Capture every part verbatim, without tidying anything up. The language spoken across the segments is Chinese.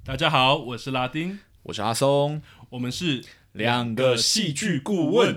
大家好，我是拉丁， 我是阿松， 我们是两个戏剧顾问。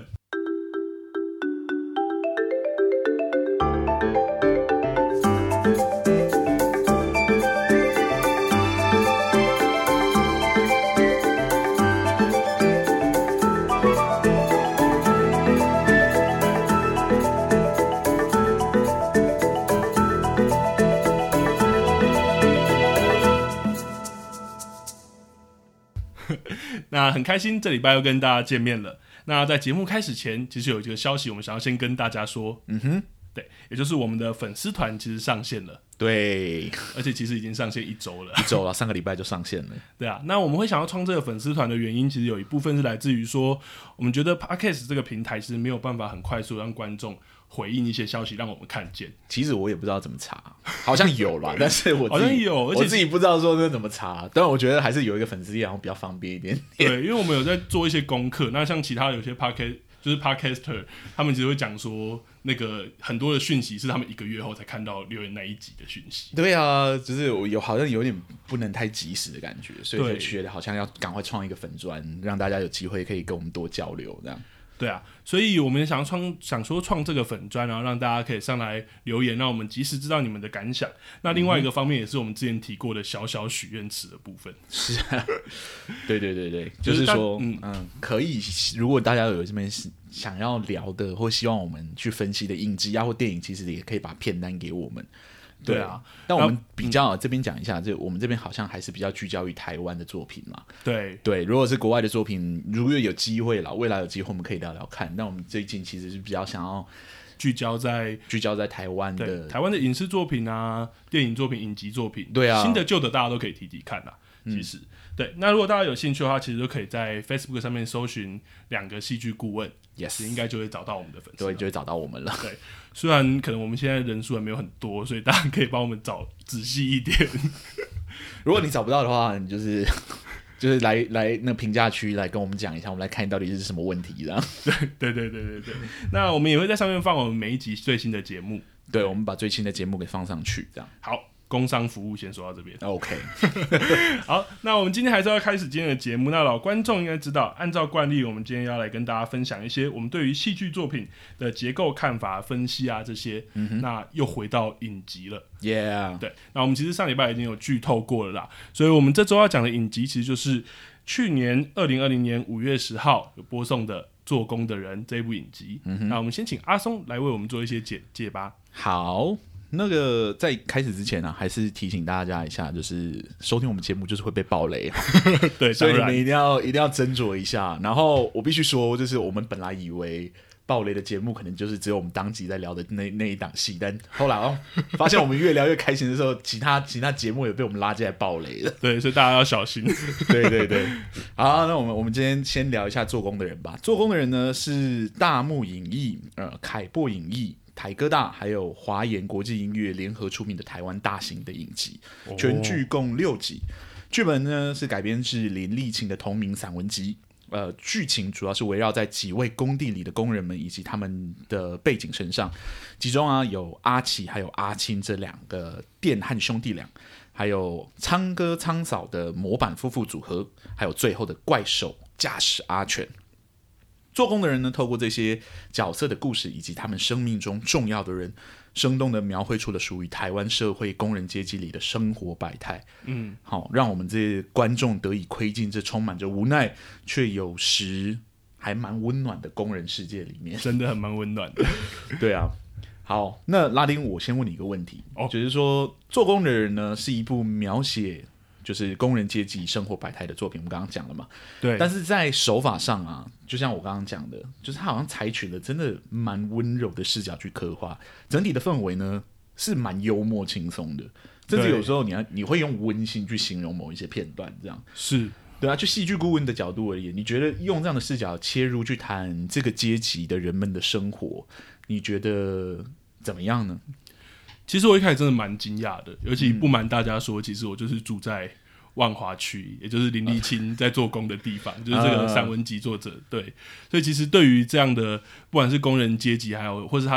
那很开心这礼拜又跟大家见面了。那在节目开始前，其实有一个消息我们想要先跟大家说， 嗯哼， 对，也就是我们的粉丝团其实上线了， 对， 而且其实已经上线一周了， 一周了，上个礼拜就上线了。 对啊，那我们会想要创这个粉丝团的原因，其实有一部分是来自于说，我们觉得 Podcast 这个平台其实没有办法很快速让观众回应一些消息让我们看见。 其实我也不知道怎么查，好像有啦，但是我自己好像有，而且我自己不知道说那怎么查。但我觉得还是有一个粉丝页，然后比较方便一点点。 对，因为我们有在做一些功课。那像其他有些 podcast 就是 podcaster， 他们其实会讲说，那个很多的讯息是他们一个月后才看到留言那一集的讯息。 对啊，就是我有好像有点不能太及时的感觉，所以就觉得好像要赶快创一个粉专，让大家有机会可以跟我们多交流这样。 对啊，所以我们想创想说创这个粉专，然后让大家可以上来留言，让我们及时知道你们的感想。那另外一个方面也是我们之前提过的小小许愿池的部分。 是啊，对对对对，就是说，嗯嗯，可以，如果大家有这边想要聊的，或希望我们去分析的影集啊或电影，其实也可以把片单给我们。 对, 对啊， 但我们比较、嗯、这边讲一下，就我们这边好像还是比较聚焦于台湾的作品嘛。 对对，如果是国外的作品，如果有机会啦，未来有机会我们可以聊聊看。但我们最近其实是比较想要聚焦在聚焦在台湾的台湾的影视作品啊、电影作品、影集作品。 对啊， 新的旧的大家都可以提提看啦。其实、嗯、对，那如果大家有兴趣的话，其实就可以在 Facebook 上面搜寻两个戏剧顾问 ，yes， 应该就会找到我们的粉丝， 对，就会找到我们了。 对，虽然可能我们现在人数还没有很多，所以大家可以帮我们找仔细一点。 如果你找不到的话，你就是就是来来那评价区来跟我们讲一下，我们来看到底是什么问题这样。 对对对对对对，那我们也会在上面放我们每一集最新的节目。 对，我们把最新的节目给放上去，这样。 好。工商服务先说到这边 ，OK 。 好，那我们今天还是要开始今天的节目。那老观众应该知道，按照惯例，我们今天要来跟大家分享一些我们对于戏剧作品的结构看法、分析啊这些。嗯、那又回到影集了 ，Yeah。 对，那我们其实上礼拜已经有剧透过了啦，所以我们这周要讲的影集其实就是去年二零二零年五月十号有播送的《做工的人》这部影集。嗯、那我们先请阿松来为我们做一些简介吧。 好。那个在开始之前呢、啊，还是提醒大家一下，就是收听我们节目就是会被爆雷， 对， 所以你们一定要一定要斟酌一下。然后我必须说，就是我们本来以为爆雷的节目可能就是只有我们当集在聊的那那一档戏，但后来哦，发现我们越聊越开心的时候，其他其他节目也被我们拉进来爆雷了。 对，所以大家要小心。 对对对，好，那我们我们今天先聊一下《做工的人》吧。《做工的人》呢是大幕影艺、呃凯擘影艺。台哥大还有华研国际音乐联合出品的台湾大型的影集，全剧共六集。剧本呢是改编自林立青的同名散文集。呃，剧情主要是围绕在几位工地里的工人们以及他们的背景身上，其中啊有阿奇还有阿青这两个电焊兄弟俩，还有苍哥苍嫂的模板夫妇组合，还有最后的怪手驾驶阿全。做工的人呢，透过这些角色的故事以及他们生命中重要的人，生动的描绘出了属于台湾社会工人阶级里的生活百态。嗯，好，让我们这些观众得以窥进这充满着无奈却有时还蛮温暖的工人世界里面， 真的很蛮温暖的。 对啊，好，那拉丁，我先问你一个问题，哦、就是说，做工的人呢是一部描写就是工人阶级生活百态的作品，我们刚刚讲了嘛， 对。 但是在手法上啊，就像我刚刚讲的，就是他好像采取了真的蛮温柔的视角去刻画，整体的氛围呢是蛮幽默轻松的，甚至有时候你要你会用温馨去形容某一些片段，这样是。 对啊，就戏剧顾问的角度而言，你觉得用这样的视角切入去谈这个阶级的人们的生活，你觉得怎么样呢？ 其实我一开始真的蛮惊讶的，尤其不瞒大家说，其实我就是住在万华区，也就是林立青在做工的地方，就是这个散文集作者。对，所以其实对于这样的不管是工人阶级，还有或是他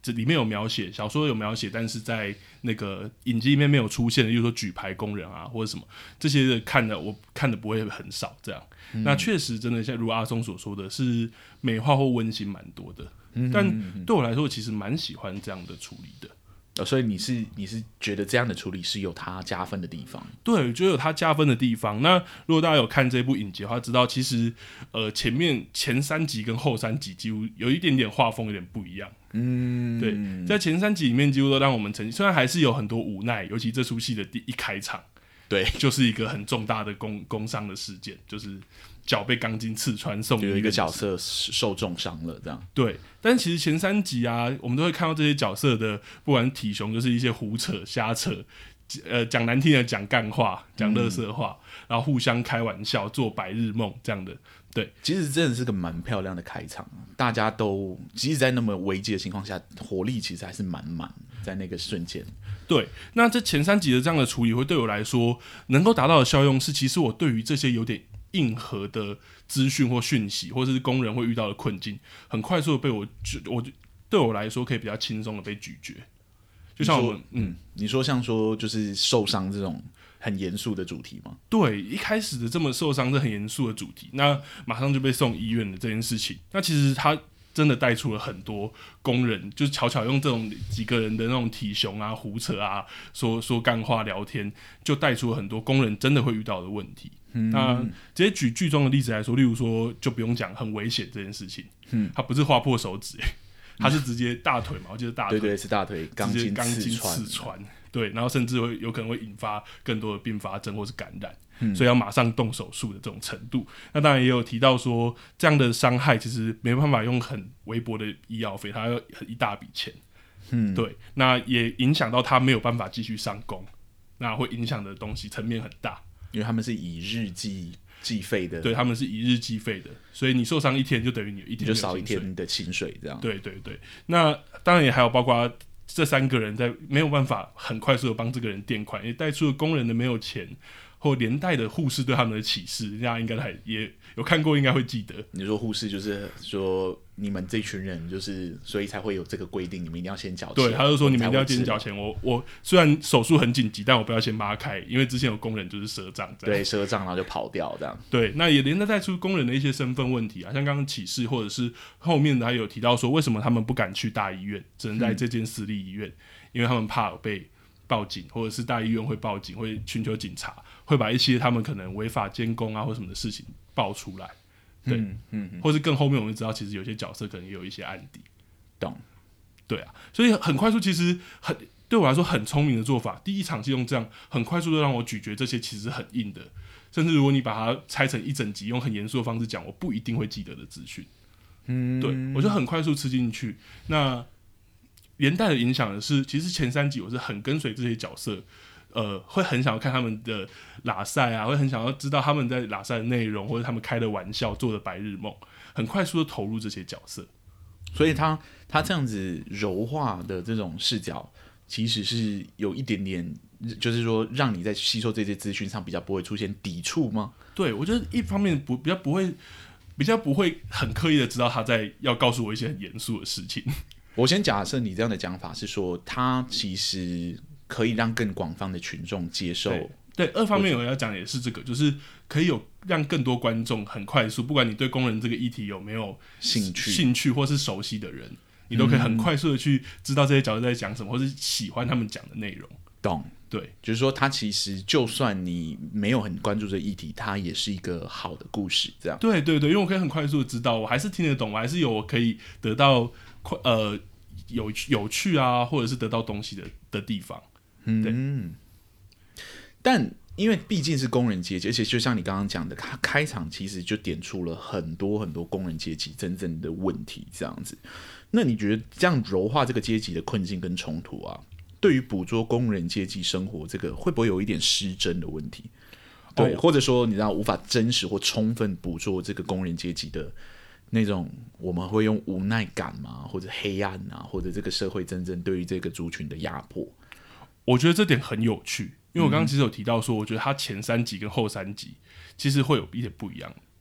这里面有描写，小说有描写，但是在那个影集里面没有出现的，例如说举牌工人啊，或者什么这些的看的，我看的不会很少这样。嗯、那确实真的像如阿松所说的是美化或温馨蛮多的，嗯、但对我来说，我其实蛮喜欢这样的处理的。 哦、所以你是你是觉得这样的处理是有它加分的地方？ 对，就有它加分的地方。那如果大家有看这部影集的话，知道其实呃前面前三集跟后三集几乎有一点点画风有点不一样。嗯，对，在前三集里面几乎都让我们呈现，虽然还是有很多无奈，尤其这出戏的第一开场， 对， 就是一个很重大的工工伤的事件，就是脚被钢筋刺穿送医院， 有一个角色受重伤了，这样。 对，但其实前三集啊，我们都会看到这些角色的，不管是体雄，就是一些胡扯、瞎扯，呃，讲难听的讲干话，讲垃圾话，嗯、然后互相开玩笑，做白日梦这样的。对， 其实真的是个蛮漂亮的开场，大家都即使在那么危机的情况下，活力其实还是满满，在那个瞬间。 对，那这前三集的这样的处理，会对我来说能够达到的效用是，其实我对于这些有点硬核的资讯或讯息，或者是工人会遇到的困境，很快速的被我，我对我来说可以比较轻松的被咀嚼。就像我们，嗯， 你说像说就是受伤这种很严肃的主题吗？ 对，一开始的这么受伤是很严肃的主题，那马上就被送医院的这件事情，那其实他真的带出了很多工人，就是巧巧用这种几个人的那种体雄啊、胡扯啊、说说干话、聊天，就带出了很多工人真的会遇到的问题。嗯、那直接举剧中的例子来说，例如说，就不用讲很危险这件事情，嗯，他不是划破手指、欸，他是直接大腿嘛，我记得大腿， 对对是大腿，钢筋钢筋刺穿，对，然后甚至会有可能会引发更多的并发症或是感染。嗯、所以要马上动手术的这种程度，那当然也有提到说，这样的伤害其实没办法用很微薄的医药费，它要一大笔钱。嗯，对，那也影响到他没有办法继续上工，那会影响的东西层面很大， 因为他们是以日计计费的， 对，他们是以日计费的，所以你受伤一天就等于你有一天就少一天的薪水，这样。 对对对，那当然也还有包括这三个人在没有办法很快速的帮这个人垫款，也带出了工人的没有钱。或连带的护士对他们的歧视，大家应该还也有看过，应该会记得。 你说护士就是说你们这群人就是所以才会有这个规定，你们一定要先缴钱。 对，他就说你们一定要先缴钱。我我虽然手术很紧急，但我不要先帮他开，因为之前有工人就是赊账， 对，赊账然后就跑掉这样。 对，那也连带带出工人的一些身份问题啊，像刚刚启示或者是后面的还有提到说，为什么他们不敢去大医院，只能在这间私立医院，嗯、因为他们怕有被报警，或者是大医院会报警，会寻求警察。会把一些他们可能违法监工啊或什么的事情爆出来，对，嗯嗯嗯、或是更后面我们知道，其实有些角色可能也有一些案底， 懂？ 对啊，所以很快速，其实很对我来说很聪明的做法。第一场是用这样很快速的让我咀嚼这些其实很硬的，甚至如果你把它拆成一整集，用很严肃的方式讲，我不一定会记得的资讯，嗯，对我就很快速吃进去。那连带的影响的是，其实前三集我是很跟随这些角色。呃，会很想要看他们的拉赛啊，会很想要知道他们在拉赛的内容，或者他们开的玩笑、做的白日梦，很快速的投入这些角色。 所以他他这样子柔化的这种视角，其实是有一点点，就是说让你在吸收这些资讯上比较不会出现抵触吗？ 对，我觉得一方面不比较不会比较不会很刻意的知道他在要告诉我一些很严肃的事情。 我先假设你这样的讲法是说，他其实。可以让更广泛的群众接受。 对，对二方面我要讲的也是这个，就是可以有让更多观众很快速，不管你对工人这个议题有没有兴趣、 兴趣或是熟悉的人，你都可以很快速的去知道这些角色在讲什么，或是喜欢他们讲的内容。 懂？对，就是说，他其实就算你没有很关注这个议题，它也是一个好的故事。这样。对对对，因为我可以很快速的知道，我还是听得懂，我还是有我可以得到快呃有有趣啊，或者是得到东西的的地方。 嗯，但因为毕竟是工人阶级，而且就像你刚刚讲的，他开场其实就点出了很多很多工人阶级真正的问题，这样子。那你觉得这样柔化这个阶级的困境跟冲突啊，对于捕捉工人阶级生活这个会不会有一点失真的问题？对，哦、或者说你知道无法真实或充分捕捉这个工人阶级的那种，我们会用无奈感嘛，或者黑暗啊，或者这个社会真正对于这个族群的压迫。 我觉得这点很有趣，因为我刚刚其实有提到说，我觉得他前三集跟后三集其实会有一点不一样。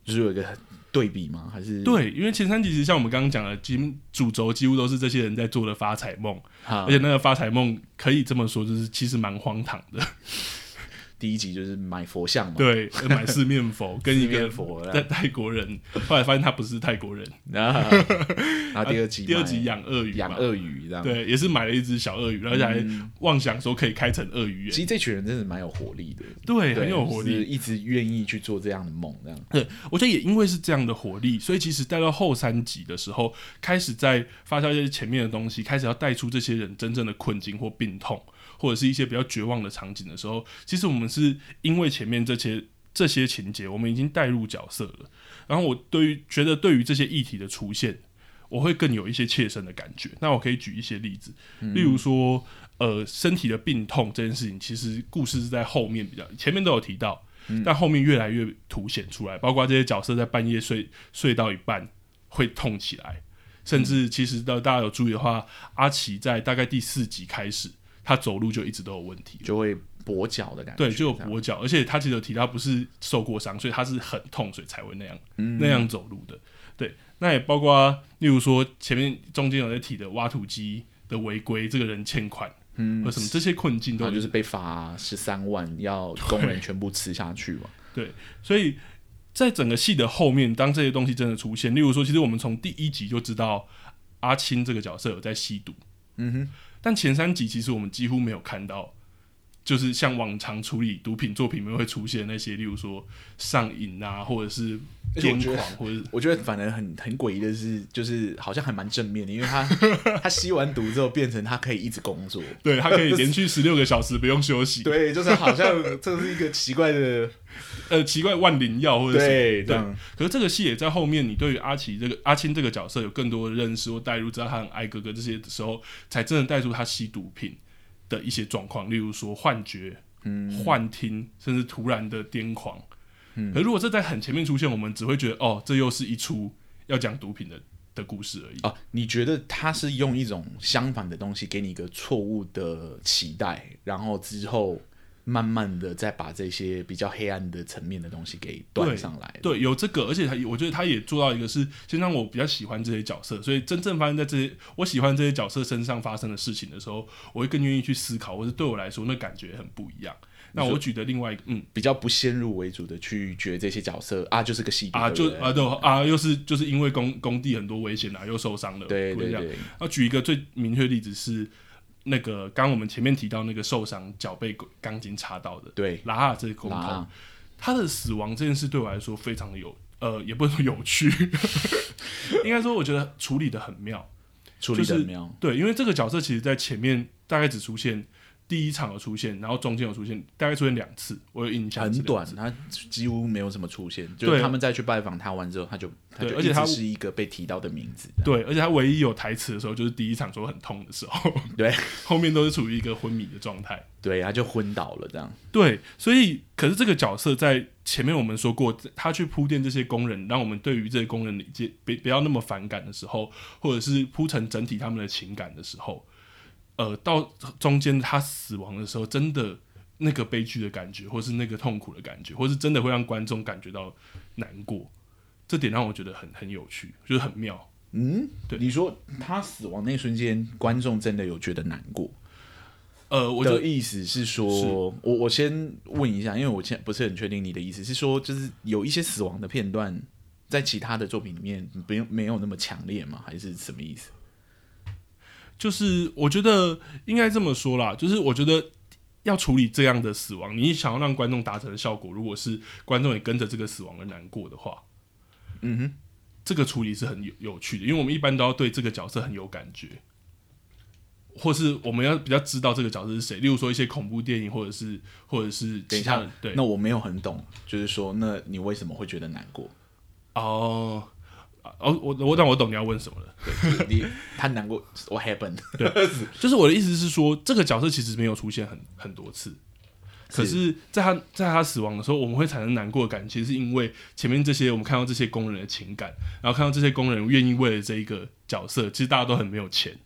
就是有一个对比吗？还是对，因为前三集其实像我们刚刚讲的，主轴几乎都是这些人在做的发财梦，而且那个发财梦可以这么说，就是其实蛮荒唐的。 第一集就是买佛像嘛， 对，买四面佛跟一个佛泰泰国人，后来发现他不是泰国人。 然后第二集第二集养鳄鱼， 养鳄鱼这样， 对，也是买了一只小鳄鱼，而且还妄想说可以开成鳄鱼园。 其实这群人真的蛮有活力的， 对，很有活力， 一直愿意去做这样的梦，这样。 对，我觉得也因为是这样的活力，所以其实带到后三集的时候，开始在发酵一些前面的东西，开始要带出这些人真正的困境或病痛。或者是一些比较绝望的场景的时候，其实我们是因为前面这些这些情节，我们已经带入角色了。然后我对于觉得对于这些议题的出现，我会更有一些切身的感觉。那我可以举一些例子，例如说，呃，身体的病痛这件事情，其实故事是在后面比较前面都有提到，但后面越来越凸显出来。包括这些角色在半夜睡睡到一半会痛起来，甚至其实大家有注意的话，阿奇在大概第四集开始。他走路就一直都有问题， 就会跛脚的感觉。 对，就有跛脚，而且他其实有提到不是受过伤，所以他是很痛，所以才会那样、嗯、那样走路的。对，那也包括例如说前面中间有在提的挖土机的违规，这个人欠款，嗯，或什么这些困境都、 就是、就是被罚十三万，要工人全部吃下去嘛。 对，所以在整个戏的后面，当这些东西真的出现，例如说，其实我们从第一集就知道阿青这个角色有在吸毒，嗯哼。但前三集其实我们几乎没有看到，就是像往常处理毒品作品里面会出现那些，例如说上瘾啊，或者是癫狂，或者是我觉得反而很很诡异的是，就是好像还蛮正面的，因为他他吸完毒之后变成他可以一直工作， 对他可以连续十六个小时不用休息， 对，就是好像这是一个奇怪的呃奇怪万灵药或者是对对，可是这个戏也在后面，你对于阿奇这个阿青这个角色有更多的认识或带入，知道他很爱哥哥这些的时候，才真的带出他吸毒品的一些状况，例如说幻觉、嗯、幻听，甚至突然的癫狂。嗯，可是如果这在很前面出现，我们只会觉得哦，这又是一出要讲毒品的的故事而已。 哦，你觉得他是用一种相反的东西给你一个错误的期待，然后之后慢慢的再把这些比较黑暗的层面的东西给端上来。 对，对，有这个，而且他我觉得他也做到一个是，先让我比较喜欢这些角色，所以真正发生在这些我喜欢这些角色身上发生的事情的时候，我会更愿意去思考，或者对我来说那感觉很不一样。那我举的另外一个，嗯， 比较不先入为主的去觉得这些角色啊，就是个戏啊，就啊对啊，又是就是因为工工地很多危险啊，又受伤了， 对对对。 要举一个最明确的例子是那个刚刚我们前面提到那个受伤脚被钢筋插到的， 对， 拉哈这个工头，他的死亡这件事对我来说非常的有呃，也不能说有趣，应该说我觉得处理的很妙， 处理的很妙、 就是，对，因为这个角色其实在前面大概只出现。第一场有出现，然后中间有出现，大概出现两次，我有印象。 很短，他几乎没有什么出现。就是他们再去拜访他完之后，他就他就一直是一个被提到的名字。 对，而且他唯一有台词的时候，就是第一场说很痛的时候。 对， 后面都是处于一个昏迷的状态。 对，他就昏倒了这样。 对，所以可是这个角色在前面我们说过，他去铺垫这些工人，让我们对于这些工人理解不不要那么反感的时候，或者是铺成整体他们的情感的时候。呃，到中间他死亡的时候，真的那个悲剧的感觉，或是那个痛苦的感觉，或是真的会让观众感觉到难过，这点让我觉得很很有趣，就是很妙。 嗯，对，你说他死亡那瞬间，观众真的有觉得难过？ 呃，我的意思是说，是我我先问一下，因为我现在不是很确定你的意思是说，就是有一些死亡的片段，在其他的作品里面没有没有那么强烈吗？还是什么意思？ 就是我觉得应该这么说啦，就是我觉得要处理这样的死亡，你想要让观众达成的效果，如果是观众也跟着这个死亡而难过的话，嗯哼，这个处理是很 有, 有趣的，因为我们一般都要对这个角色很有感觉，或是我们要比较知道这个角色是谁，例如说一些恐怖电影，或者是或者是其他的。对， 那我没有很懂，就是说，那你为什么会觉得难过？ 哦。哦，我我但我懂你要问什么了。 对，你他难过 ，What happened？ 对，就是我的意思是说，这个角色其实没有出现很很多次，可是在他在他死亡的时候，我们会产生难过的感觉，其实是因为前面这些我们看到这些工人的情感，然后看到这些工人愿意为了这一个角色，其实大家都很没有钱，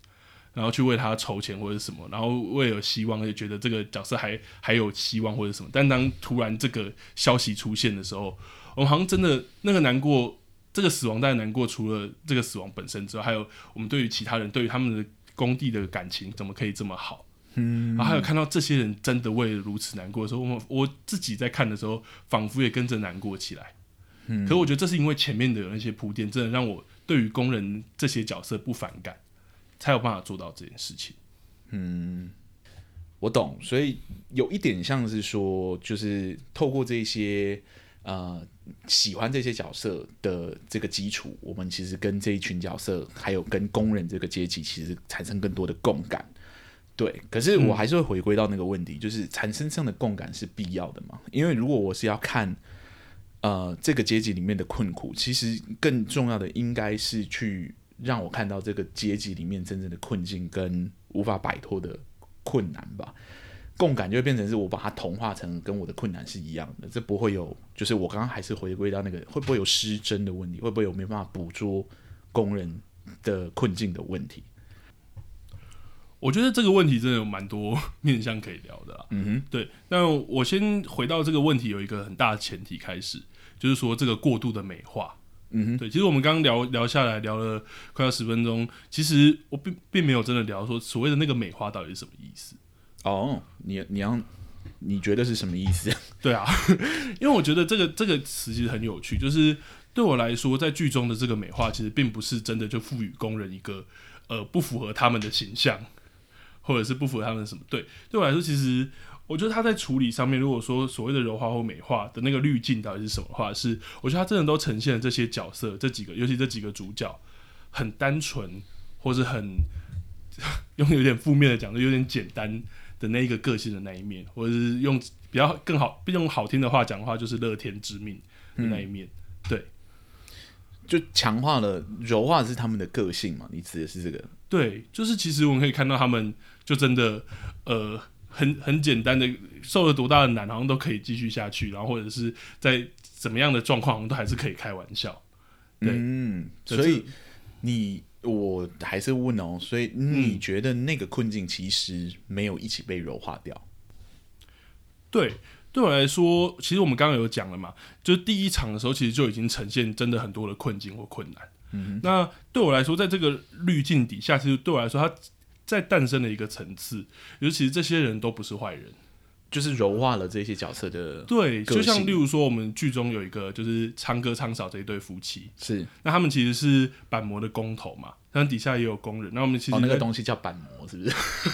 然后去为他筹钱或者什么，然后为了希望，也觉得这个角色还还有希望或者什么。但当突然这个消息出现的时候，我们好像真的那个难过，这个死亡当然难过，除了这个死亡本身之外，还有我们对于其他人对于他们的工地的感情怎么可以这么好。嗯，然后还有看到这些人真的为了如此难过的时候，我我自己在看的时候，仿佛也跟着难过起来。嗯，可是我觉得这是因为前面的有那些铺垫，真的让我对于工人这些角色不反感，才有办法做到这件事情。 嗯，我懂，所以有一点像是说，就是透过这些呃喜欢这些角色的这个基础，我们其实跟这一群角色，还有跟工人这个阶级，其实产生更多的共感。对，可是我还是会回归到那个问题，嗯、就是产生这样的共感是必要的嘛？因为如果我是要看呃这个阶级里面的困苦，其实更重要的应该是去让我看到这个阶级里面真正的困境跟无法摆脱的困难吧。共感就会变成是我把它同化成跟我的困难是一样的，这不会有，就是我刚刚还是回归到那个会不会有失真的问题，会不会有没办法捕捉工人的困境的问题。 我觉得这个问题真的有蛮多面向可以聊的啦。嗯哼，对。那我先回到这个问题，有一个很大的前提开始，就是说这个过度的美化。嗯哼，对。其实我们刚刚聊聊下来，聊了快要十分钟，其实我并并没有真的聊说所谓的那个美化到底是什么意思。 哦，你你要你觉得是什么意思？ 对啊，因为我觉得这个这个词其实很有趣，就是对我来说，在剧中的这个美化，其实并不是真的就赋予工人一个呃不符合他们的形象。或者是不符合他们的什么？对，对我来说，其实我觉得他在处理上面，如果说所谓的柔化或美化的那个滤镜到底是什么的话，是我觉得他真的都呈现了这些角色，这几个，尤其这几个主角，很单纯，或是很用有点负面的讲，就有点简单的那一个个性的那一面，或者是用比较更好、用好听的话讲的话，就是乐天知命的那一面。嗯、对， 就强化了柔化是他们的个性嘛？你指的是这个？ 对，就是其实我们可以看到他们。就真的，呃，很很简单的，受了多大的难，好像都可以继续下去，然后或者是在怎么样的状况，好像都还是可以开玩笑。对， 嗯，所以你我还是问哦，所以你觉得那个困境其实没有一起被柔化掉？ 嗯、对，对我来说，其实我们刚刚有讲了嘛，就是第一场的时候，其实就已经呈现真的很多的困境或困难。嗯、那对我来说，在这个滤镜底下，其实对我来说，它在诞生的一个层次，尤其是这些人都不是坏人， 就是柔化了这些角色的对，就像例如说，我们剧中有一个就是昌哥昌嫂这一对夫妻， 是那他们其实是板模的工头嘛，但底下也有工人，那我们其实、 哦、那个东西叫板模，是不是？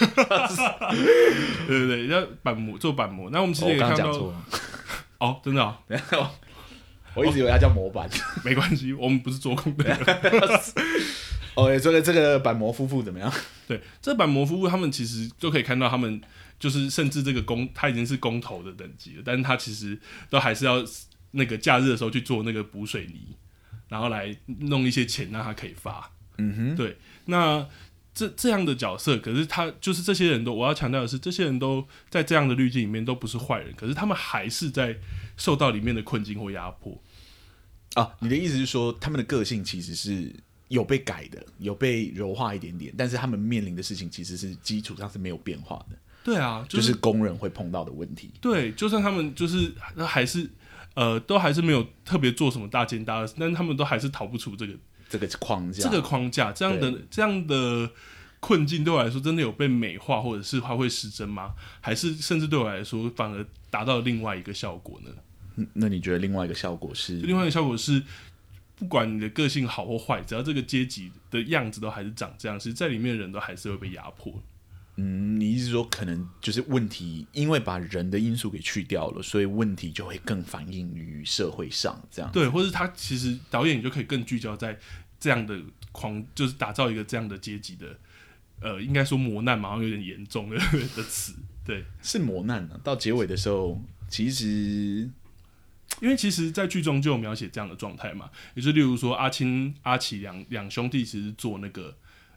对对对，叫板模做板模，那我们其实也看到， 哦， 哦真的啊、 哦，我一直以为它叫模板， 没关系，我们不是做工的人。 哦，这个这个板模夫妇怎么样？ 对，这板模夫妇他们其实就可以看到，他们就是甚至这个工他已经是工头的等级了，但是他其实都还是要那个假日的时候去做那个补水泥，然后来弄一些钱让他可以发。嗯哼，对，那这这样的角色，可是他就是这些人都，我要强调的是，这些人都在这样的滤镜里面都不是坏人，可是他们还是在受到里面的困境或压迫。 啊，你的意思是说，他们的个性其实是有被改的，有被柔化一点点，但是他们面临的事情其实是基础上是没有变化的。 对啊， 就是、就是工人会碰到的问题。 对，就算他们就是还是呃，都还是没有特别做什么大奸大恶，但是他们都还是逃不出这个这个框架， 这个框架这样的这样的困境，对我来说真的有被美化，或者是它会失真吗？还是甚至对我来说反而达到另外一个效果呢？ 那你觉得另外一个效果是？ 另外一个效果是，不管你的个性好或坏，只要这个阶级的样子都还是长这样，其实在里面的人都还是会被压迫。 嗯，你意思说可能就是问题，因为把人的因素给去掉了，所以问题就会更反映于社会上，这样对，或者他其实导演就可以更聚焦在这样的狂，就是打造一个这样的阶级的，呃，应该说磨难嘛，好像有点严重的的词，对， 是磨难啊。到结尾的时候，其实。 因为其实，在剧中就有描写这样的状态嘛，也就例如说阿青、阿奇两两兄弟其实做那个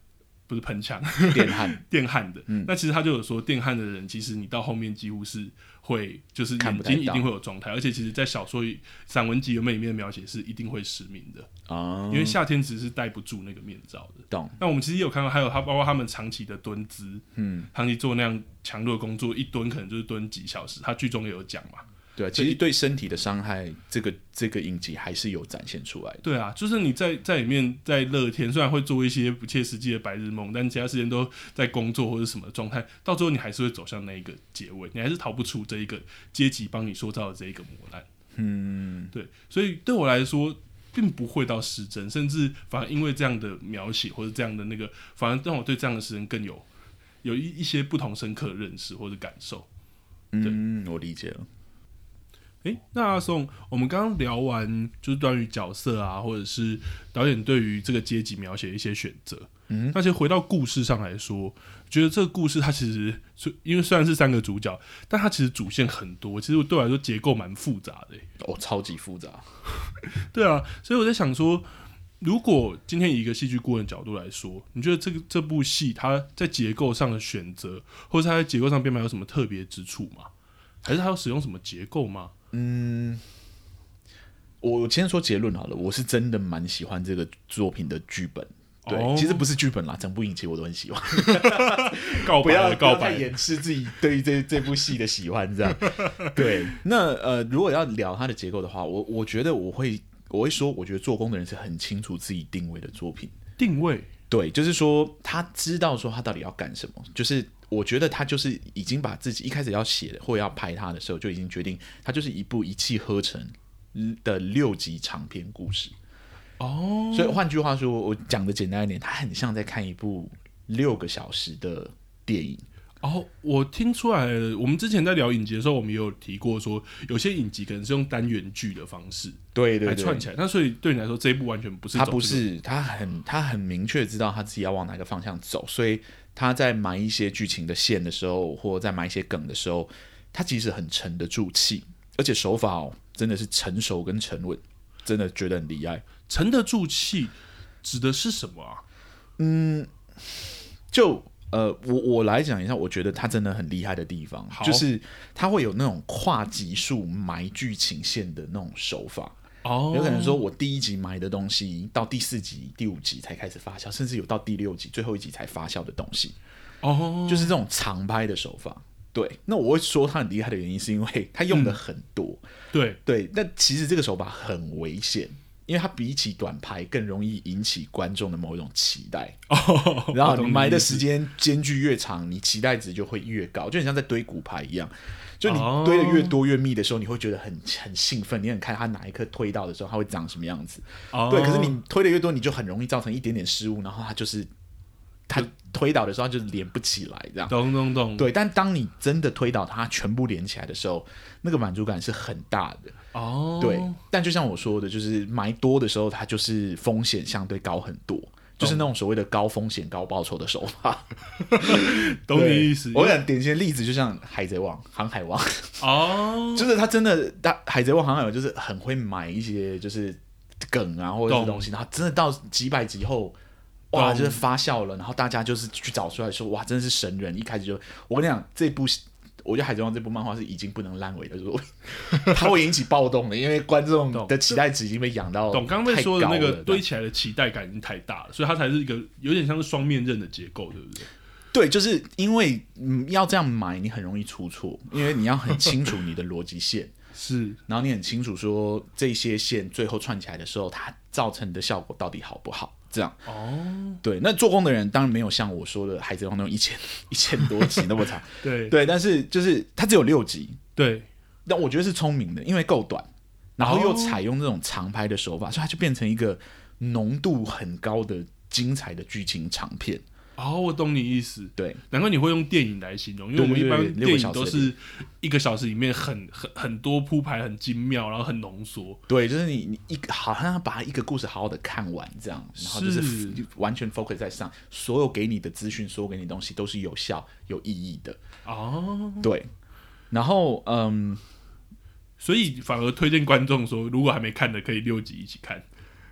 不是喷枪， 电焊电焊的、 嗯。 那其实他就有说，电焊的人其实你到后面几乎是会，就是眼睛一定会有状态，而且其实在小说、散文集原本里面的描写是一定会失明的。哦、因为夏天只是戴不住那个面罩的。 懂。 那我们其实也有看到，还有他包括他们长期的蹲姿，嗯，长期做那样强度的工作，一蹲可能就是蹲几小时。他剧中也有讲嘛。 对啊，其实对身体的伤害，这个这个影集还是有展现出来的。 对啊，就是你在在里面在乐天，虽然会做一些不切实际的白日梦，但其他时间都在工作或者什么状态，到最后你还是会走向那一个结尾，你还是逃不出这一个阶级帮你塑造的这一个磨难。嗯，对，所以对我来说，并不会到失真，甚至反而因为这样的描写或者这样的那个，反而让我对这样的诗人更有有一一些不同深刻的认识或者感受。 嗯，我理解了。 欸、那阿松，我们刚刚聊完就是关于角色啊，或者是导演对于这个阶级描写的一些选择。嗯，那其实回到故事上来说，觉得这个故事它其实因为虽然是三个主角，但它其实主线很多，其实对我来说结构蛮复杂的、欸。 哦，超级复杂。 对啊，所以我在想说，如果今天以一个戏剧顾问的角度来说，你觉得这个这部戏它在结构上的选择，或者它在结构上编排有什么特别之处吗？还是它要使用什么结构吗？嗯， 我先说结论好了，我是真的蛮喜欢这个作品的剧本。对，哦、其实不是剧本啦，整部影集我都很喜欢。 告白了，告白， 不要太掩饰自己对于 这, 这部戏的喜欢，这样。对，那呃，如果要聊它的结构的话，我我觉得我会我会说，我觉得做工的人是很清楚自己定位的作品。 定位， 对，就是说他知道说他到底要干什么，就是我觉得他就是已经把自己一开始要写的或要拍他的时候就已经决定，他就是一部一气呵成的六集长篇故事。哦，所以换句话说，我讲的简单一点，他很像在看一部六个小时的电影。 哦，我听出来了。我们之前在聊影集的时候，我们也有提过说，有些影集可能是用单元剧的方式， 对对对， 来串起来。那所以对你来说，这一部完全不是、這個， 他不是，他很他很明确知道他自己要往哪个方向走，所以他在埋一些剧情的线的时候，或在埋一些梗的时候，他其实很沉得住气，而且手法哦，真的是成熟跟沉稳，真的觉得很厉害。 沉得住气指的是什么啊？ 嗯，就。呃，我我来讲一下，我觉得他真的很厉害的地方，就是他会有那种跨集数埋剧情线的那种手法。哦，有可能说我第一集埋的东西，到第四集、第五集才开始发酵，甚至有到第六集、最后一集才发酵的东西。哦，就是这种长拍的手法。对，那我会说他很厉害的原因，是因为他用的很多。嗯、 对对，但其实这个手法很危险。因为它比起短拍更容易引起观众的某一种期待，哦、然后你埋的时间间距越长，你期待值就会越高，就很像在堆骨牌一样。就你堆的越多越密的时候，你会觉得很很兴奋，你很看它哪一颗推到的时候，它会长什么样子。哦、对，可是你推的越多，你就很容易造成一点点失误，然后它就是它推倒的时候，它就是连不起来，这样。 咚咚咚。 对，但当你真的推倒它全部连起来的时候，那个满足感是很大的。哦，对，但就像我说的，就是埋多的时候，它就是风险相对高很多，就是那种所谓的高风险高报酬的手法。 懂你意思。 我讲典型的例子，就像《海贼王》《航海王》哦，就是他真的，他《海贼王》《航海王》就是很会买一些就是梗啊或者是东西，然后真的到几百集后，哇，就是发酵了，然后大家就是去找出来说，哇，真的是神人！一开始就，我跟你讲，这部。我觉得《海贼王》这部漫画是已经不能烂尾的，它会引起暴动的，因为观众的期待值已经被养到。 懂，刚刚被说的那个堆起来的期待感已经太大了，所以它才是一个有点像是双面刃的结构，对不对？ 对，就是因为、嗯、要这样买，你很容易出错，因为你要很清楚你的逻辑线是， 然后你很清楚说这些线最后串起来的时候，它造成的效果到底好不好。这样哦，对，那做工的人当然没有像我说的《海贼王》那种一千一千多集那么长， 对对，但是就是它只有六集， 对， 但我觉得是聪明的，因为够短，然后又采用这种长拍的手法，哦、所以它就变成一个浓度很高的精彩的剧情长片。 哦，我懂你意思， 对， 难怪你会用电影来形容，因为我们一般电影都是一个小时里面很很很多铺排很精妙，然后很浓缩。 对，就是你你一个好像把一个故事好好的看完这样，然后就是完全 focus 在上，所有给你的资讯，所有给你的东西都是有效有意义的。哦，对，然后嗯， 所以反而推荐观众说，如果还没看的，可以六集一起看。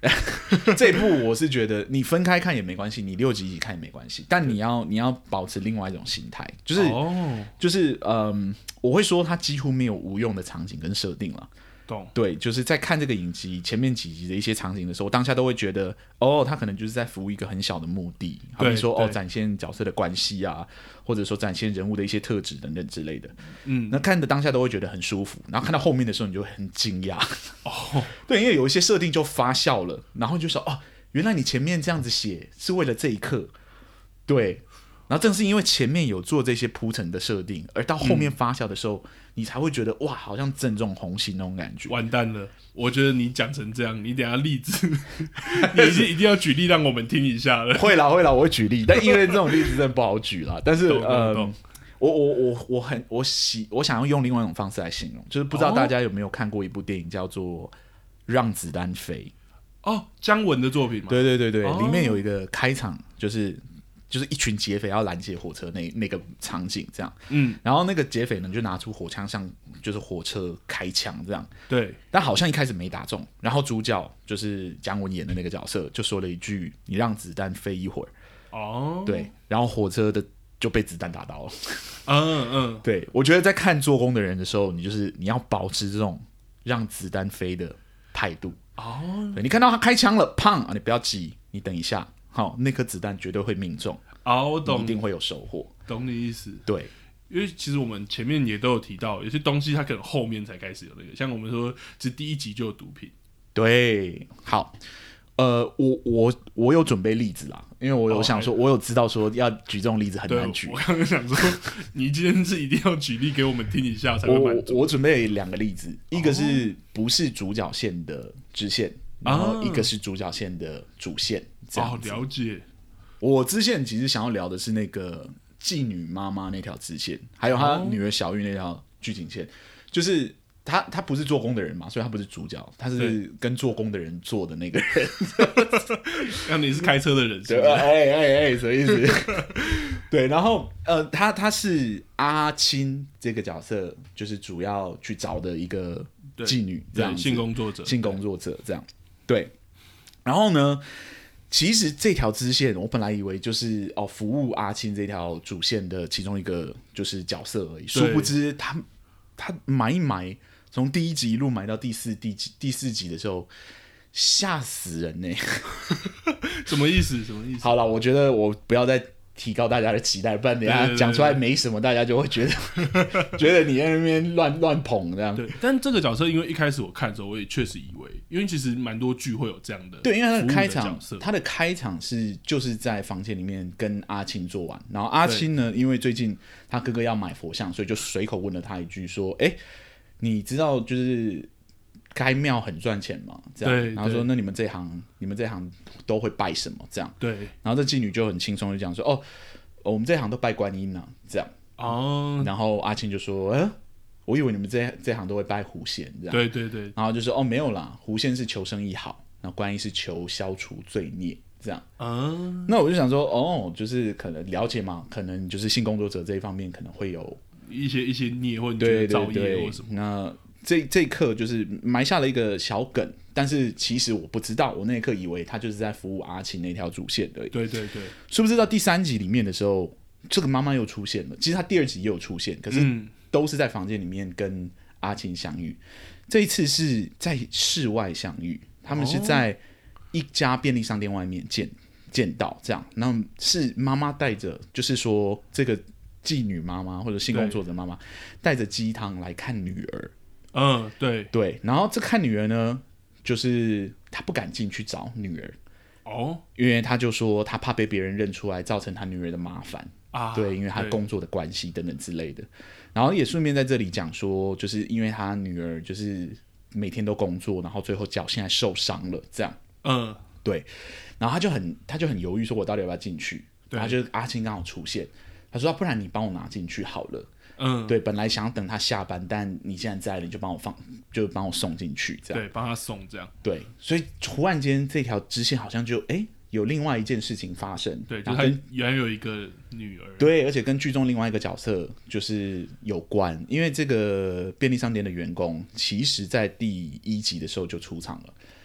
这一部我是觉得你分开看也没关系，你六集一起看也没关系，但你要你要保持另外一种心态，就是、哦、就是嗯，我会说它几乎没有无用的场景跟设定了。 懂， 对，就是在看这个影集前面几集的一些场景的时候，我当下都会觉得，哦，他可能就是在服务一个很小的目的，好比说哦，展现角色的关系啊，或者说展现人物的一些特质等等之类的。嗯，那看的当下都会觉得很舒服，然后看到后面的时候，你就会很惊讶。哦，对，因为有一些设定就发酵了，然后就说哦，原来你前面这样子写是为了这一刻，对。然后正是因为前面有做这些铺陈的设定，而到后面发酵的时候，嗯、你才会觉得哇，好像正中红心那种感觉。 完蛋了！我觉得你讲成这样，你等一下例子，你一定一定要举例让我们听一下了。 会啦会啦，我会举例，但因为这种例子真的不好举啦。但是呃，我我我我很我喜我想要用另外一种方式来形容，就是不知道大家有没有看过一部电影叫做《让子弹飞》 哦，姜文的作品吗？ 对对对对，哦、里面有一个开场就是。就是一群劫匪要拦截火车那那个场景这样，嗯，然后那个劫匪呢就拿出火枪向就是火车开枪这样， 对， 但好像一开始没打中，然后主角就是姜文演的那个角色就说了一句：“你让子弹飞一会儿。”哦，对，然后火车的就被子弹打到了，嗯嗯，对，我觉得在看做工的人的时候，你就是你要保持这种让子弹飞的态度哦，对，你看到他开枪了，砰啊，你不要急，你等一下。好，那颗子弹绝对会命中啊！我懂， 一定会有收获。 懂你意思。 对， 因为其实我们前面也都有提到，有些东西它可能后面才开始有那个，像我们说，其实第一集就有毒品。 对，好，呃，我我我有准备例子啦，因为我有想说，哦、我有知道说要举这种例子很难举。 我刚刚想说，你今天是一定要举例给我们听一下才会满足。 我我准备两个例子，一个是不是主角线的支线，然后一个是主角线的主线。 哦，了解。 我支线其实想要聊的是那个妓女妈妈那条支线，还有她女儿小玉那条剧情线。就是她她不是做工的人嘛，所以她不是主角，她是跟做工的人做的那个人。 那你是开车的人是不是？哎哎哎，什么意思？对，然后呃，她她是阿青这个角色，就是主要去找的一个妓女，这样子， 性工作者， 性工作者这样。对，然后呢？其实这条支线，我本来以为就是哦，服务阿青这条主线的其中一个就是角色而已，殊不知他他埋一埋，从第一集一路埋到第四、第几第四集的时候，吓死人呢、欸！ 什么意思？什么意思？ 好了，我觉得我不要再提高大家的期待，不然等一下讲出来没什么，大家就会觉得觉得你在那边乱乱捧这样。 对，但这个角色因为一开始我看的时候，我也确实以为，因为其实蛮多剧会有这样的， 对，因为他的开场，他的开场是就是在房间里面跟阿青做完，然后阿青呢，因为最近他哥哥要买佛像，所以就随口问了他一句说：“哎、欸，你知道就是开庙很赚钱吗？”这样，然后说：“那你们这行，你们这行都会拜什么？”这样， 对。 然后这妓女就很轻松就讲说：“哦，我们这行都拜观音啊。”这样，哦。然后阿青就说：“哎、欸，我以为你们这这行都会拜狐仙。”这样， 对对对。 然后就说：“哦，没有啦，狐仙是求生意好，然后观音是求消除罪孽。”这样，嗯。那我就想说，哦，就是可能了解嘛，可能就是性工作者这一方面可能会有一些一些孽或者造业或什么。 那这这一刻就是埋下了一个小梗，但是其实我不知道，我那一刻以为他就是在服务阿青那条主线而已。 对对对， 殊不知到第三集里面的时候，这个妈妈又出现了。其实他第二集也有出现，可是都是在房间里面跟阿青相遇。这一次是在室外相遇，他们是在一家便利商店外面见见到，这样。那是妈妈带着，就是说这个妓女妈妈或者性工作者妈妈带着鸡汤来看女儿。 嗯，对对，然后这看女儿呢，就是他不敢进去找女儿哦，因为他就说他怕被别人认出来，造成他女儿的麻烦啊。对，因为他工作的关系等等之类的。然后也顺便在这里讲说，就是因为他女儿就是每天都工作，然后最后脚现在受伤了，这样。嗯，对。然后他就很他就很犹豫，说我到底要不要进去？然后就是阿青刚好出现，他说、啊、不然你帮我拿进去好了。嗯，对，本来想要等他下班，但你现在在了，你就帮我放，就帮我送进去，这样。 对，帮他送这样。 对，所以突然间这条支线好像就哎有另外一件事情发生。 对，就他原来有一个女儿。 对，而且跟剧中另外一个角色就是有关，因为这个便利商店的员工，其实在第一集的时候就出场了。 对。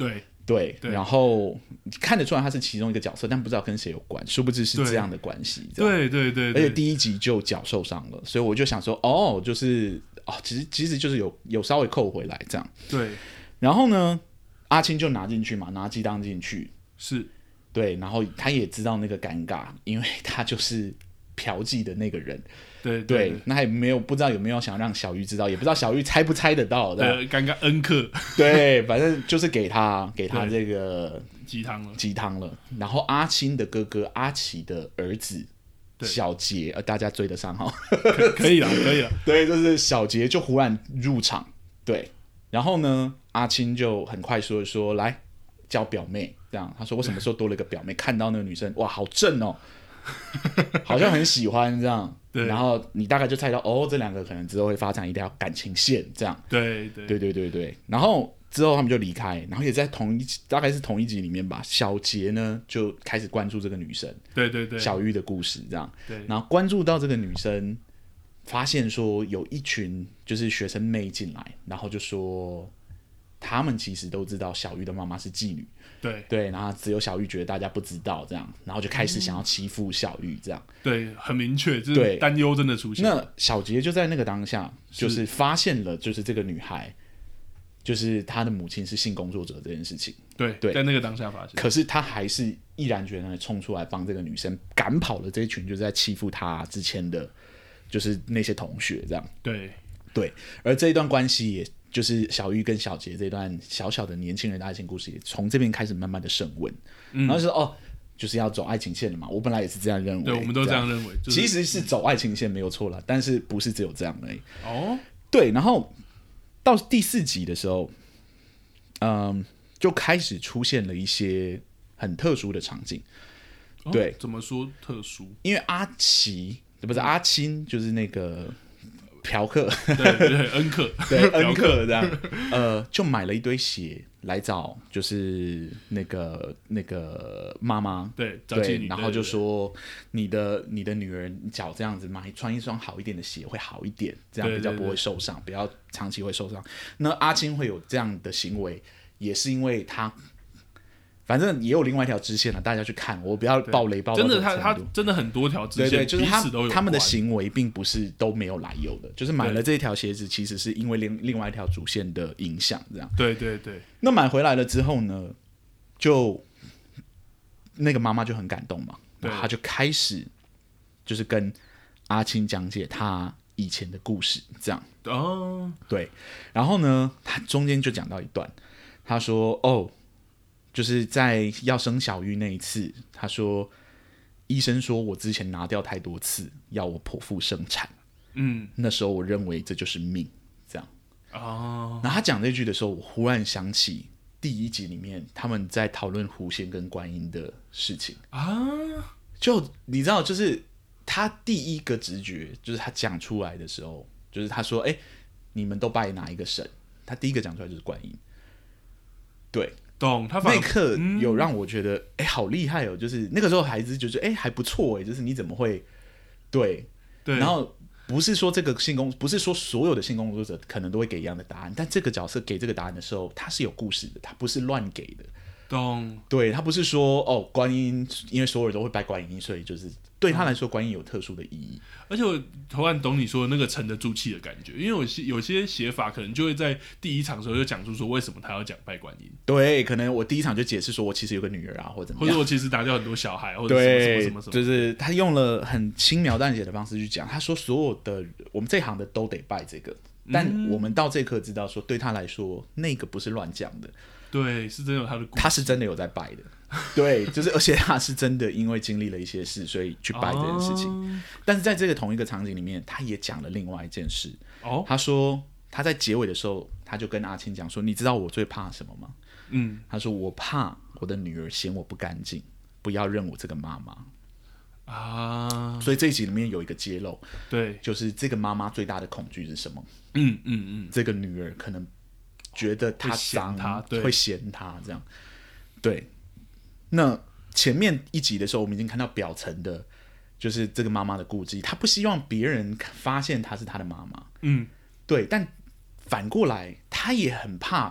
对， 对然后看得出来他是其中一个角色，但不知道跟谁有关，殊不知是这样的关系。 对对对， 而且第一集就脚受伤了，所以我就想说，哦，就是哦，其实其实就是有有稍微扣回来这样。 对，然后呢，阿青就拿进去嘛，拿鸡蛋进去， 是对，然后他也知道那个尴尬，因为他就是嫖妓的那个人。 对 对, 对，那也没有不知道有没有想让小玉知道，也不知道小玉猜不猜得到的。 对，尴尬恩客。 对，反正就是给他给他这个鸡汤了， 鸡汤了。然后阿青的哥哥阿奇的儿子小杰，呃，大家追得上哈， 可可以了，可以了。 对，就是小杰就忽然入场，对，然后呢，阿青就很快速的说来叫表妹，这样他说我什么时候多了一个表妹？看到那个女生哇，好正哦。好像很喜欢这样，然后你大概就猜到哦，这两个可能之后会发展一条感情线，这样。 对对对对对对。然后之后他们就离开，然后也在同一大概是同一集里面吧，小杰呢就开始关注这个女生， 对对对， 小玉的故事这样。 对， 然后关注到这个女生，发现说有一群就是学生妹进来，然后就说他们其实都知道小玉的妈妈是妓女。 对对，然后只有小玉觉得大家不知道这样，然后就开始想要欺负小玉这样。 对，很明确，就是担忧真的出现。 那小杰就在那个当下，就是发现了，就是这个女孩，就是她的母亲是性工作者这件事情。 对对， 在那个当下发现。 可是他还是毅然决然的冲出来帮这个女生赶跑了这一群就是在欺负她之前的，就是那些同学这样。 对对，而这一段关系也。就是小玉跟小杰这段小小的年轻人的爱情故事，也从这边开始慢慢的升温，嗯、然后就说哦，就是要走爱情线了嘛。我本来也是这样认为， 对，我们都这样认为， 就是、其实是走爱情线没有错啦，但是不是只有这样而已。 哦， 对，然后到第四集的时候，嗯，就开始出现了一些很特殊的场景。 哦、 对， 怎么说特殊？ 因为阿奇不是阿青，就是那个。嫖客， 对对，恩客， 对恩客这样，呃，就买了一堆鞋来找，就是那个那个妈妈， 对对，然后就说你的你的女儿脚这样子买穿一双好一点的鞋会好一点，这样比较不会受伤，不要长期会受伤。那阿青会有这样的行为，也是因为他。反正也有另外一条支线了，大家去看，我不要爆雷爆到真的他他真的很多条支线， 对对，就是他彼此都有他们的行为并不是都没有来由的，就是买了这一条鞋子，其实是因为另另外一条主线的影响，这样。 对对对。 那买回来了之后呢，就那个妈妈就很感动嘛，然后他就开始就是跟阿青讲解他以前的故事，这样。 哦， 对，然后呢，他中间就讲到一段，他说：“哦。”就是在要生小玉那一次，他说医生说我之前拿掉太多次，要我剖腹生产。嗯，那时候我认为这就是命，这样。哦。然后他讲这句的时候，我忽然想起第一集里面他们在讨论狐仙跟观音的事情啊。就你知道，就是他第一个直觉，就是他讲出来的时候，就是他说：“哎、欸，你们都拜哪一个神？”他第一个讲出来就是观音。对。 懂，他那一刻有让我觉得，哎、嗯欸，好厉害哦！就是那个时候孩子就觉得，哎、欸，还不错哎，就是你怎么会对对？ 然后不是说这个性工，不是说所有的性工作者可能都会给一样的答案，但这个角色给这个答案的时候，他是有故事的，他不是乱给的。 懂， 对他不是说哦，观音，因为所有人都会拜观音，所以就是对他来说，观音有特殊的意义。 而且我突然懂你说的那个沉得住气的感觉，因为有些有些写法可能就会在第一场的时候就讲出说为什么他要讲拜观音。 对，可能我第一场就解释说我其实有个女儿啊，或者怎么样， 或者我其实打掉很多小孩，或者什么什么什么什么， 就是他用了很轻描淡写的方式去讲。他说所有的我们这行的都得拜这个，但我们到这刻知道说，对他来说那个不是乱讲的。 对，是真的有他的故事， 他是真的有在拜的，对，就是而且他是真的因为经历了一些事，所以去拜这件事情。哦、但是在这个同一个场景里面，他也讲了另外一件事。哦，他说他在结尾的时候，他就跟阿青讲说：“你知道我最怕什么吗？”嗯，他说：“我怕我的女儿嫌我不干净，不要认我这个妈妈。”啊，所以这一集里面有一个揭露， 对， 就是这个妈妈最大的恐惧是什么？ 嗯嗯嗯， 这个女儿可能。觉得他脏，会嫌他这样，对。那前面一集的时候，我们已经看到表层的，就是这个妈妈的顾忌，她不希望别人发现她是她的妈妈，嗯，对。但反过来，她也很怕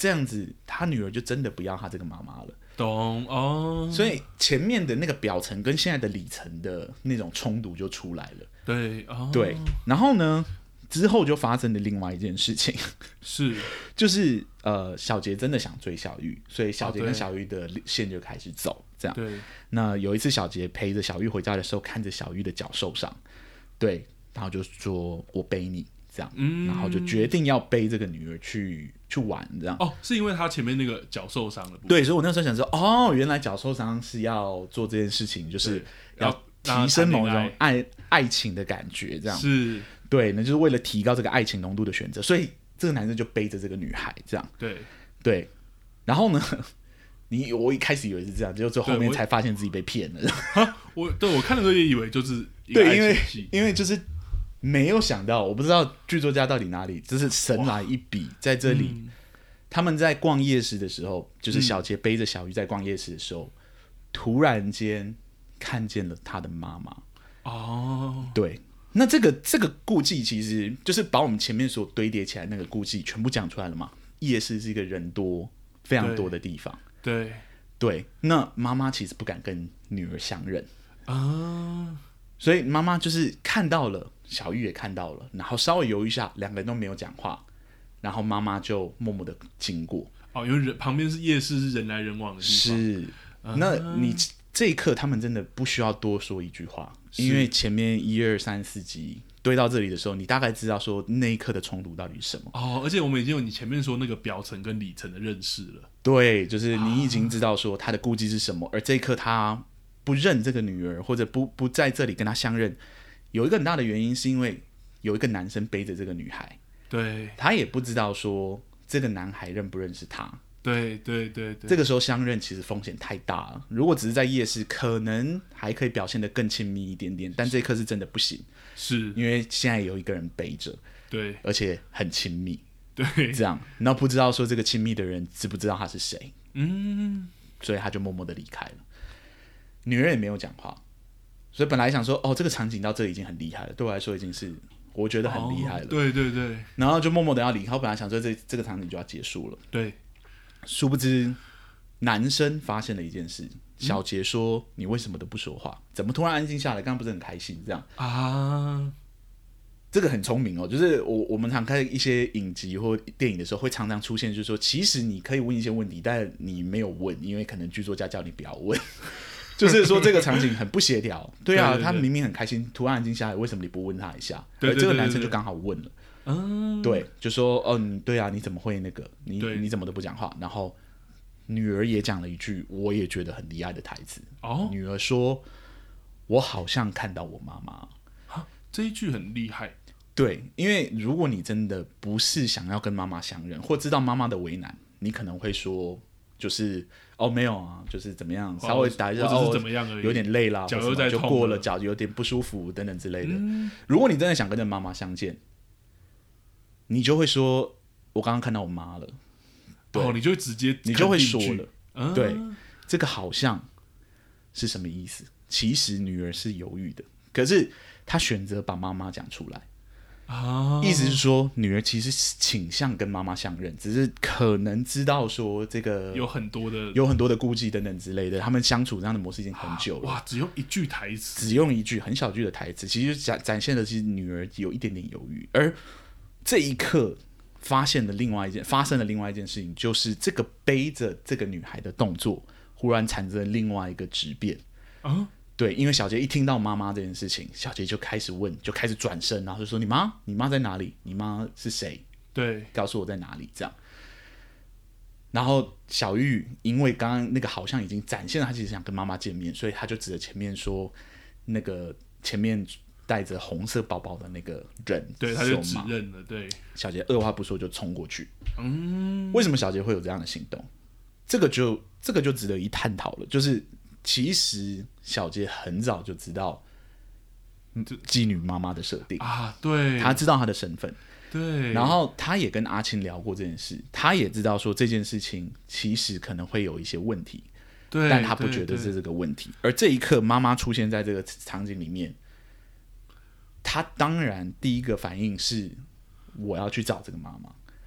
这样子他女儿就真的不要他这个妈妈了。 懂哦， 所以前面的那个表层跟现在的里层的那种冲突就出来了。 对哦， 对，然后呢，之后就发生了另外一件事情， 是就是呃，小杰真的想追小玉，所以小杰哦跟小玉的线就开始走，这样。 对， 那有一次小杰陪着小玉回家的时候，看着小玉的脚受伤，对，然后就说我背你。这样，嗯、然后就决定要背这个女儿去去玩，这样。 哦，是因为他前面那个脚受伤了。 对，所以我那时候想说，哦，原来脚受伤是要做这件事情，就是要提升某种爱爱情的感觉，这样是。 对，那就是为了提高这个爱情浓度的选择，所以这个男生就背着这个女孩，这样。 对对，然后呢，你我一开始以为是这样，结果最后面才发现自己被骗了。 我对我看的时候也以为就是一个对，因为因为就是。没有想到，我不知道剧作家到底哪里，就是神来一笔，在这里、嗯，他们在逛夜市的时候，就是小杰背着小玉在逛夜市的时候，嗯、突然间看见了他的妈妈。哦，对，那这个这个顾忌其实就是把我们前面所堆叠起来那个顾忌全部讲出来了嘛。夜市是一个人多非常多的地方， 对对，那妈妈其实不敢跟女儿相认啊。所以妈妈就是看到了，小玉也看到了，然后稍微犹豫一下，两个人都没有讲话，然后妈妈就默默的经过。 哦，因为人旁边是夜市，是人来人往的地方。 是，啊、那你这一刻他们真的不需要多说一句话，因为前面一二三四集堆到这里的时候，你大概知道说那一刻的冲突到底是什么。 哦，而且我们已经有你前面说那个表层跟里层的认识了。 对，就是你已经知道说他的顾忌是什么，而这一刻他不认这个女儿，或者不不在这里跟她相认，有一个很大的原因是因为有一个男生背着这个女孩， 对， 他也不知道说这个男孩认不认识他， 对对对对， 这个时候相认其实风险太大了。如果只是在夜市，可能还可以表现得更亲密一点点，但这一刻是真的不行， 是因为现在有一个人背着， 对， 而且很亲密， 对， 这样，然后不知道说这个亲密的人知不知道他是谁， 嗯， 所以他就默默的离开了。女人也没有讲话，所以本来想说，哦，这个场景到这里已经很厉害了，对我来说已经是我觉得很厉害了。 哦、对对对。 然后就默默的要离开，我本来想说这这个场景就要结束了。 对。 殊不知，男生发现了一件事，小杰说：“嗯、你为什么都不说话？怎么突然安静下来？刚刚不是很开心？这样啊？”这个很聪明哦，就是我我们常看一些影集或电影的时候，会常常出现，就是说，其实你可以问一些问题，但你没有问，因为可能剧作家叫你不要问。就是说这个场景很不协调，对啊，对对对，他明明很开心，突然安静下来，为什么你不问他一下？对对对对对，而这个男生就刚好问了，嗯，对，就说哦，你对啊，你怎么会那个？你你怎么都不讲话？然后女儿也讲了一句，我也觉得很厉害的台词。哦，女儿说：“我好像看到我妈妈。” 这一句很厉害。 对，因为如果你真的不是想要跟妈妈相认，或知道妈妈的为难，你可能会说。就是哦，没有啊，就是怎么样，稍微打一下， 哦，怎么样而已， 有点累啦， 脚又在痛了， 就过了，脚有点不舒服等等之类的。嗯、如果你真的想跟着妈妈相见，你就会说：“我刚刚看到我妈了。” 哦，你就会直接， 你就会说了，嗯、对，这个好像是什么意思？其实女儿是犹豫的，可是她选择把妈妈讲出来。啊，意思是说，女儿其实倾向跟妈妈相认，只是可能知道说这个有很多的有很多的顾忌等等之类的，他们相处这样的模式已经很久了。 啊、哇，只用一句台词， 只用一句很小句的台词，其实展展现的其实女儿有一点点犹豫，而这一刻发现了另外一件发生了另外一件事情，就是这个背着这个女孩的动作，忽然产生了另外一个质变啊。对，因为小杰一听到妈妈这件事情，小杰就开始问，就开始转身，然后就说：“你妈，你妈在哪里？你妈是谁？ 对， 告诉我在哪里。”这样。然后小玉因为刚刚那个好像已经展现了，他其实想跟妈妈见面，所以他就指着前面说：“那个前面带着红色包包的那个人。” 对，他就指认了。对， 小杰二话不说就冲过去。嗯，为什么小杰会有这样的行动？这个就这个就值得一探讨了，就是。其实小杰很早就知道妓女妈妈的设定啊，对， 他知道她的身份， 对， 然后他也跟阿青聊过这件事，他也知道说这件事情其实可能会有一些问题， 对， 但他不觉得是这个问题。而这一刻，妈妈出现在这个场景里面，他当然第一个反应是我要去找这个妈妈。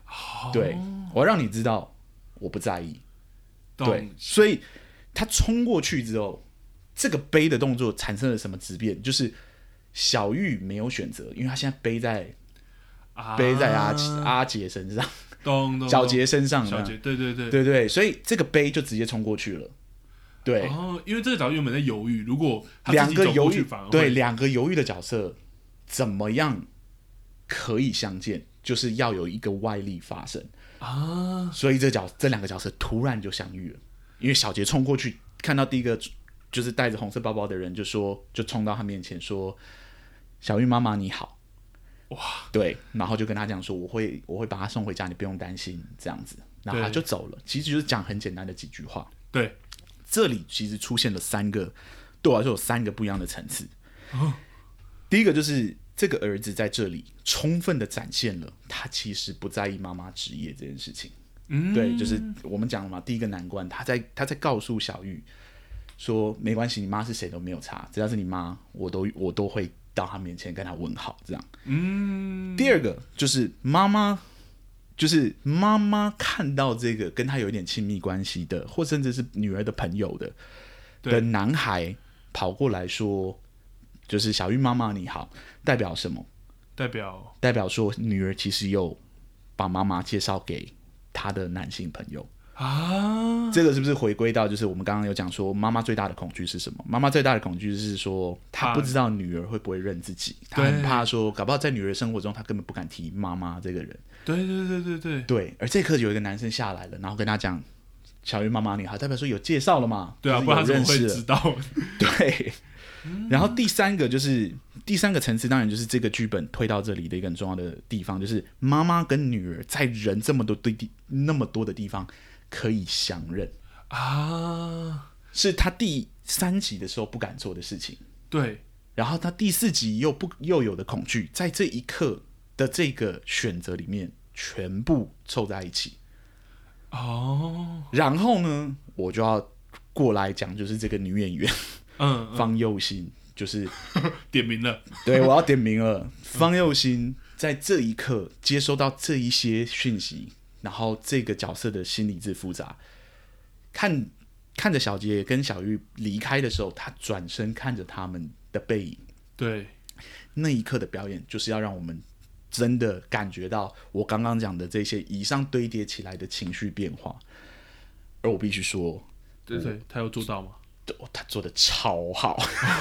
哦、 对，我要让你知道我不在意。 懂对，所以他冲过去之后，这个背的动作产生了什么质变？就是小玉没有选择，因为他现在背在、啊、背在阿阿杰身上， 懂懂小杰身上， 小杰，对对对对对，所以这个背就直接冲过去了。对， 哦，因为这个角色原本在犹豫，如果他两个犹豫， 反而对两个犹豫的角色怎么样可以相见，就是要有一个外力发生啊，所以这角这两个角色突然就相遇了，因为小杰冲过去看到第一个就是带着红色包包的人，就说就冲到他面前说：“小玉妈妈你好。”哇，对，然后就跟他讲说：“我会我会把他送回家，你不用担心。”这样子，然后他就走了。其实就是讲很简单的几句话。 对。 这里其实出现了三个，对我来说有三个不一样的层次。哦、第一个就是这个儿子在这里充分的展现了他其实不在意妈妈职业这件事情。嗯，对，就是我们讲了嘛，第一个难关，他在他在告诉小玉说，没关系，你妈是谁都没有差，只要是你妈，我都我都会到她面前跟她问好，这样。嗯，第二个就是妈妈。就是妈妈看到这个跟她有一点亲密关系的，或甚至是女儿的朋友的的男孩跑过来说，就是小玉妈妈你好，代表什么？ 代表代表说女儿其实有把妈妈介绍给她的男性朋友啊。这个是不是回归到就是我们刚刚有讲说妈妈最大的恐惧是什么？妈妈最大的恐惧是说她不知道女儿会不会认自己，她很怕说搞不好在女儿生活中她根本不敢提妈妈这个人。 对对对对对对，而这刻有一个男生下来了，然后跟他讲小玉妈妈你好，代表说有介绍了嘛？ 对啊，不然他怎么会知道？ 对，然后第三个就是第三个层次，当然就是这个剧本推到这里的一个很重要的地方，就是妈妈跟女儿在人这么多地那么多的地方可以相认啊，是他第三集的时候不敢做的事情。 对， 然后他第四集又不又有的恐惧，在这一刻的这个选择里面全部凑在一起哦，然后呢，我就要过来讲，就是这个女演员，嗯，嗯方佑欣，就是点名了， 对，我要点名了。方佑欣在这一刻接收到这一些讯息，然后这个角色的心理之复杂，看看着小杰跟小玉离开的时候，他转身看着他们的背影， 对， 那一刻的表演就是要让我们真的感觉到我刚刚讲的这些以上堆叠起来的情绪变化。而我必须说， 对对，他有做到吗？ 他做的超好，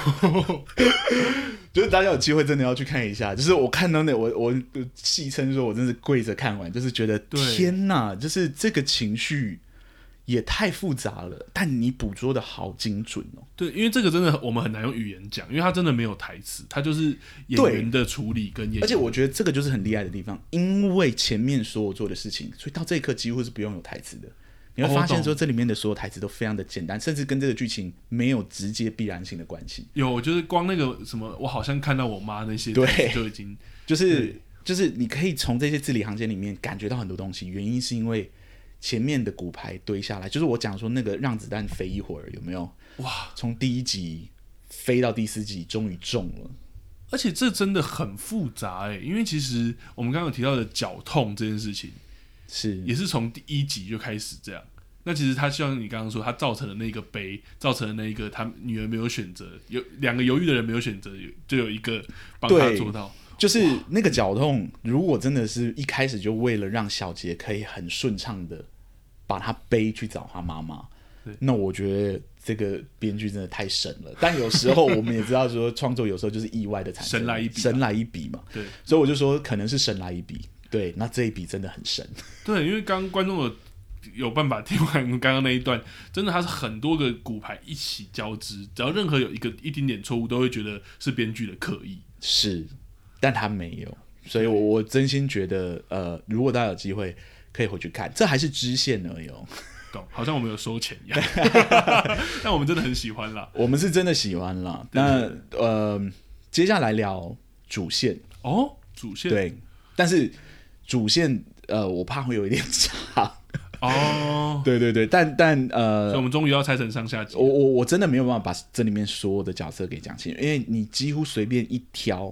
就是大家有机会真的要去看一下。就是我看到那我我戏称说，我真是跪着看完，就是觉得天哪，就是这个情绪也太复杂了，但你捕捉的好精准哦。 对，因为这个真的我们很难用语言讲，因为他真的没有台词，他就是演员的处理跟演员。 而且我觉得这个就是很厉害的地方，因为前面所有做的事情，所以到这一刻几乎是不用有台词的。你会发现说，这里面的所有台词都非常的简单，甚至跟这个剧情没有直接必然性的关系。 有，我觉得光那个什么，我好像看到我妈那些，对，就已经就是就是你可以从这些字里行间里面感觉到很多东西。原因是因为前面的骨牌堆下来，就是我讲说那个让子弹飞一会儿，有没有？哇，从第一集飞到第四集，终于中了。 而且这真的很复杂哎、欸，因为其实我们刚刚有提到的绞痛这件事情。 是， 也是从第一集就开始这样。那其实他像你刚刚说，他造成的那个悲，造成的那一个他女儿没有选择，有两个犹豫的人没有选择，就有一个帮他做到。 就是那个绞痛，如果真的是一开始就为了让小杰可以很顺畅的把他背去找他妈妈，那我觉得这个编剧真的太神了。但有时候我们也知道说，创作有时候就是意外的产生， 神来一笔、啊， 神来一笔嘛。 对， 所以我就说可能是神来一笔。对，那这一笔真的很神。 对，因为刚刚观众有有办法听完刚刚那一段，真的它是很多个骨牌一起交织，只要任何有一个一丁点错误，都会觉得是编剧的刻意。 是，但他没有，所以我我真心觉得，呃，如果大家有机会可以回去看，这还是支线而已哦。 懂，好像我们有收钱一样，但我们真的很喜欢啦。 我们是真的喜欢啦。那呃，接下来聊主线哦，主线对，但是。主线呃，我怕会有一点长哦。对对对，但但呃， 所以我们终于要拆成上下集。 我我我真的没有办法把这里面所有的角色给讲清楚，因为你几乎随便一挑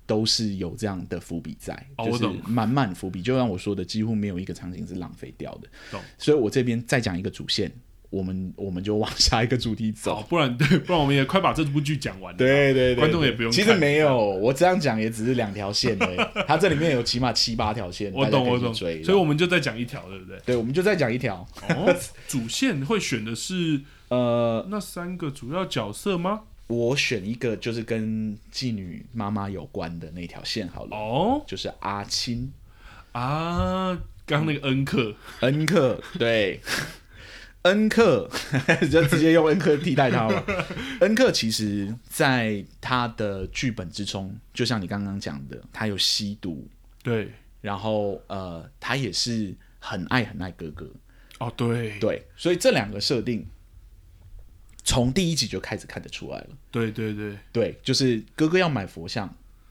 都是有这样的伏笔在， 哦、 就是满满伏笔，就像我说的，几乎没有一个场景是浪费掉的。 懂。 所以我这边再讲一个主线，我们我们就往下一个主题走， 哦、不然对，不然我们也快把这部剧讲完了。 对对 对, 对， 观众也不用看。 其实没有，我这样讲也只是两条线而已，它这里面有起码七八条线， 我懂我懂， 所以我们就再讲一条，对不对？ 对，我们就再讲一条。 哦，主线会选的是呃那三个主要角色吗？ 我选一个就是跟妓女妈妈有关的那条线好了， 哦， 就是阿青啊，刚刚那个恩克， 恩克，对，恩克就直接用恩克替代他吧。恩克其实在他的剧本之中，就像你刚刚讲的，他有吸毒， 对， 然后呃，他也是很爱很爱哥哥， 哦，对， 对，所以这两个设定。从第一集就开始看得出来了， 对对对对，就是哥哥要买佛像，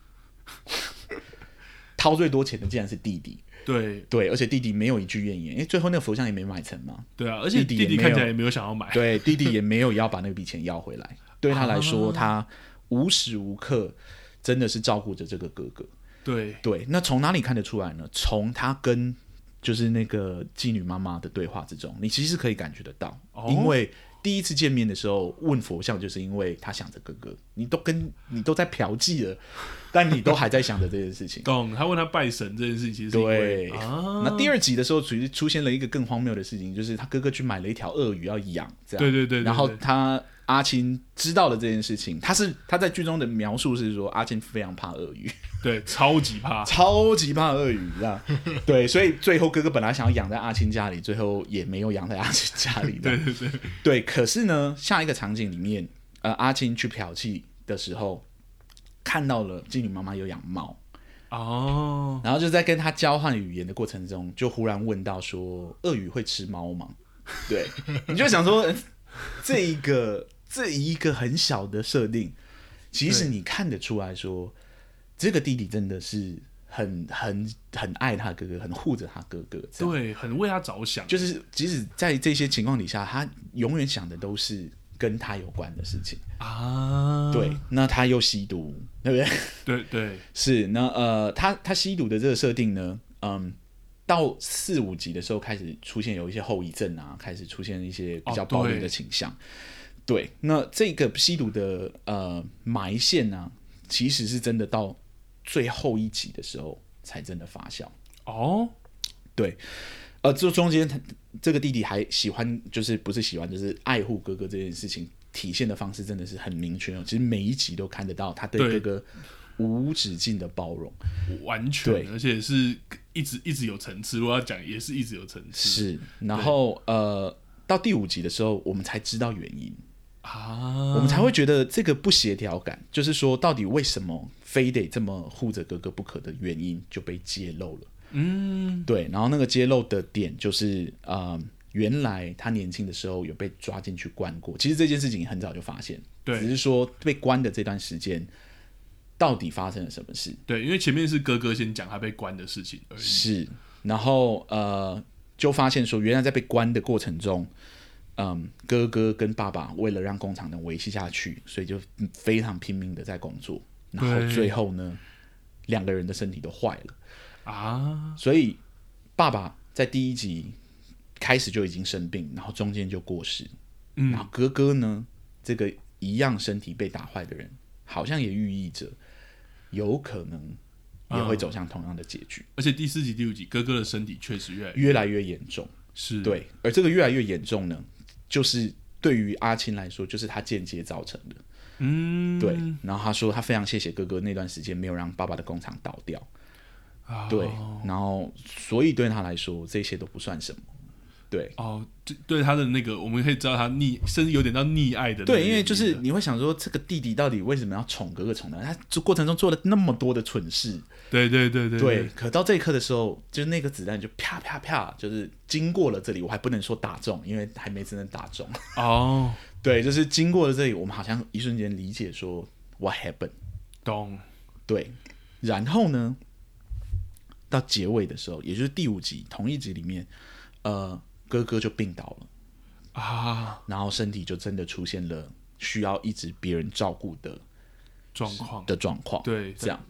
掏最多钱的竟然是弟弟， 对对，而且弟弟没有一句怨言，因为最后那个佛像也没买成嘛， 对啊，而且弟弟看起来也没有想要买， 对，弟弟也没有要把那笔钱要回来，对他来说，他无时无刻真的是照顾着这个哥哥， 对对，那从哪里看得出来呢？从他跟就是那个妓女妈妈的对话之中，你其实可以感觉得到，哦、因为。第一次见面的时候问佛像，就是因为他想着哥哥，你都跟你都在嫖妓了，但你都还在想着这件事情。 懂？他问他拜神这件事情，其实是因为对、 啊。 那第二集的时候，其实出现了一个更荒谬的事情，就是他哥哥去买了一条鳄鱼要养，这样。 对对 对, 对, 对。 然后他阿青知道了这件事情，他是他在剧中的描述是说，阿青非常怕鳄鱼。 对，超级怕， 超级怕鳄鱼，这样对，所以最后哥哥本来想要养在阿青家里，最后也没有养在阿青家里。 对对对， 对。可是呢，下一个场景里面，呃，阿青去嫖妓的时候，看到了妓女妈妈有养猫， 哦， 然后就在跟他交换语言的过程中，就忽然问到说：“鳄鱼会吃猫吗？”对，你就想说，这一个这一个很小的设定，其实你看得出来说。这个弟弟真的是很很很爱他哥哥，很护着他哥哥， 对，很为他着想。 就是即使在这些情况底下，他永远想的都是跟他有关的事情啊。 对，那他又吸毒，对不对？ 对对， 是。那呃，他他吸毒的这个设定呢，嗯，到四五集的时候开始出现有一些后遗症啊，开始出现一些比较暴力的倾向。哦、对, 对，那这个吸毒的呃埋线啊，其实是真的到。最后一集的时候才真的发酵哦， 对，呃，这中间这个弟弟还喜欢，就是不是喜欢，就是爱护哥哥这件事情，体现的方式真的是很明确哦。其实每一集都看得到他对哥哥无止境的包容， 完全，而且是一直一直有层次。如果要讲，也是一直有层次。 是，然后呃，到第五集的时候，我们才知道原因。 啊， 我们才会觉得这个不协调感，就是说到底为什么非得这么护着哥哥不可的原因就被揭露了。 嗯， 对，然后那个揭露的点就是呃，原来他年轻的时候有被抓进去关过，其实这件事情很早就发现， 对， 只是说被关的这段时间到底发生了什么事。 对，因为前面是哥哥先讲他被关的事情而已， 是，然后呃，就发现说原来在被关的过程中。嗯，哥哥跟爸爸为了让工厂能维系下去，所以就非常拼命的在工作，然后最后呢，两个人的身体都坏了啊， 所以爸爸在第一集开始就已经生病，然后中间就过世，嗯，然后哥哥呢，这个一样身体被打坏的人，好像也寓意着有可能也会走向同样的结局。 嗯、而且第四集、第五集，哥哥的身体确实越来越越来越严重， 是对，而这个越来越严重呢。就是对于阿青来说，就是他间接造成的， 嗯， 对。然后他说他非常谢谢哥哥那段时间没有让爸爸的工厂倒掉，哦、对。然后所以对他来说，这些都不算什么，对。 哦，对他的那个，我们可以知道他溺，甚至有点到溺爱的那个。 对，因为就是你会想说，这个弟弟到底为什么要宠哥哥宠的？他过程中做了那么多的蠢事。 对对对 对, 对, 对，可到这一刻的时候，就是那个子弹就啪啪啪，就是经过了这里，我还不能说打中，因为还没真的打中。 哦， 对，就是经过了这里，我们好像一瞬间理解说 what happened， 懂？ 对，然后呢，到结尾的时候，也就是第五集同一集里面，呃，哥哥就病倒了啊， 然后身体就真的出现了需要一直别人照顾的状况的状况， 对， 这样。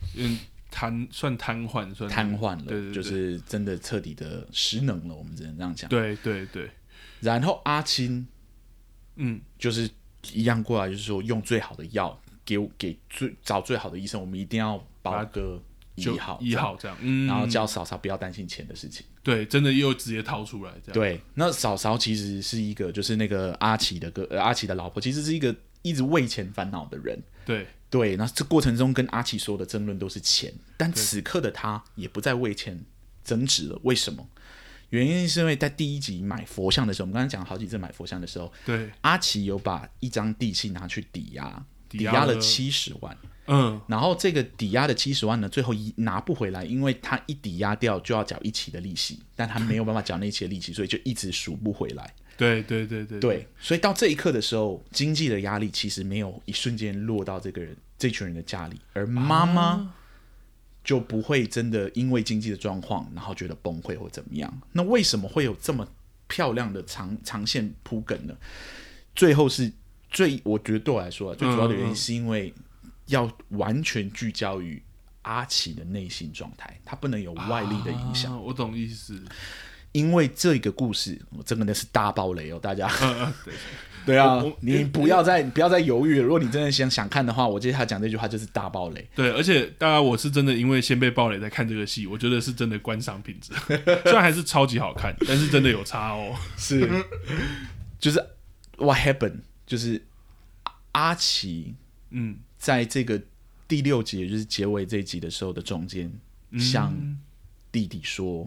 嗯，瘫算瘫痪，算瘫痪了， 对对对， 就是真的彻底的失能了，我们只能这样讲。 对对对。 然后阿青， 嗯， 就是一样过来，就是说用最好的药给给最找最好的医生，我们一定要把哥医好医好这样，嗯， 然后叫嫂嫂不要担心钱的事情。 对，真的又直接掏出来这样。 对，那嫂嫂其实是一个，就是那个阿奇的哥，呃、阿奇的老婆，其实是一个一直为钱烦恼的人。 对对，那这过程中跟阿奇说的争论都是钱，但此刻的他也不再为钱争执了。为什么？原因是因为在第一集买佛像的时候，我们刚才讲好几次买佛像的时候， 对， 阿奇有把一张地契拿去抵押，抵押押了七十万。 嗯， 然后这个抵押的七十万呢，最后一拿不回来，因为他一抵押掉就要缴一期的利息，但他没有办法缴那一期的利息，所以就一直赎不回来。 对对对 对, 对，所以到这一刻的时候，经济的压力其实没有一瞬间落到这个人这群人的家里，而妈妈就不会真的因为经济的状况，然后觉得崩溃或怎么样。那为什么会有这么漂亮的长长线铺梗呢？最后是最，我觉得对我来说、啊、最主要的原因是因为要完全聚焦于阿奇的内心状态，他不能有外力的影响、 啊。我懂意思。 因为这个故事，我真的是大爆雷哦，大家。 嗯嗯，对。 对啊，你不要再不要再犹豫了。如果你真的想想看的话，我接下来讲这句话就是大爆雷。 对，而且当然我是真的因为先被爆雷在看这个戏，我觉得是真的观赏品质，虽然还是超级好看，但是真的有差哦。 是，就是 What happened？ 就是阿奇，嗯，在这个第六集，也就是结尾这一集的时候的中间，嗯、向弟弟说。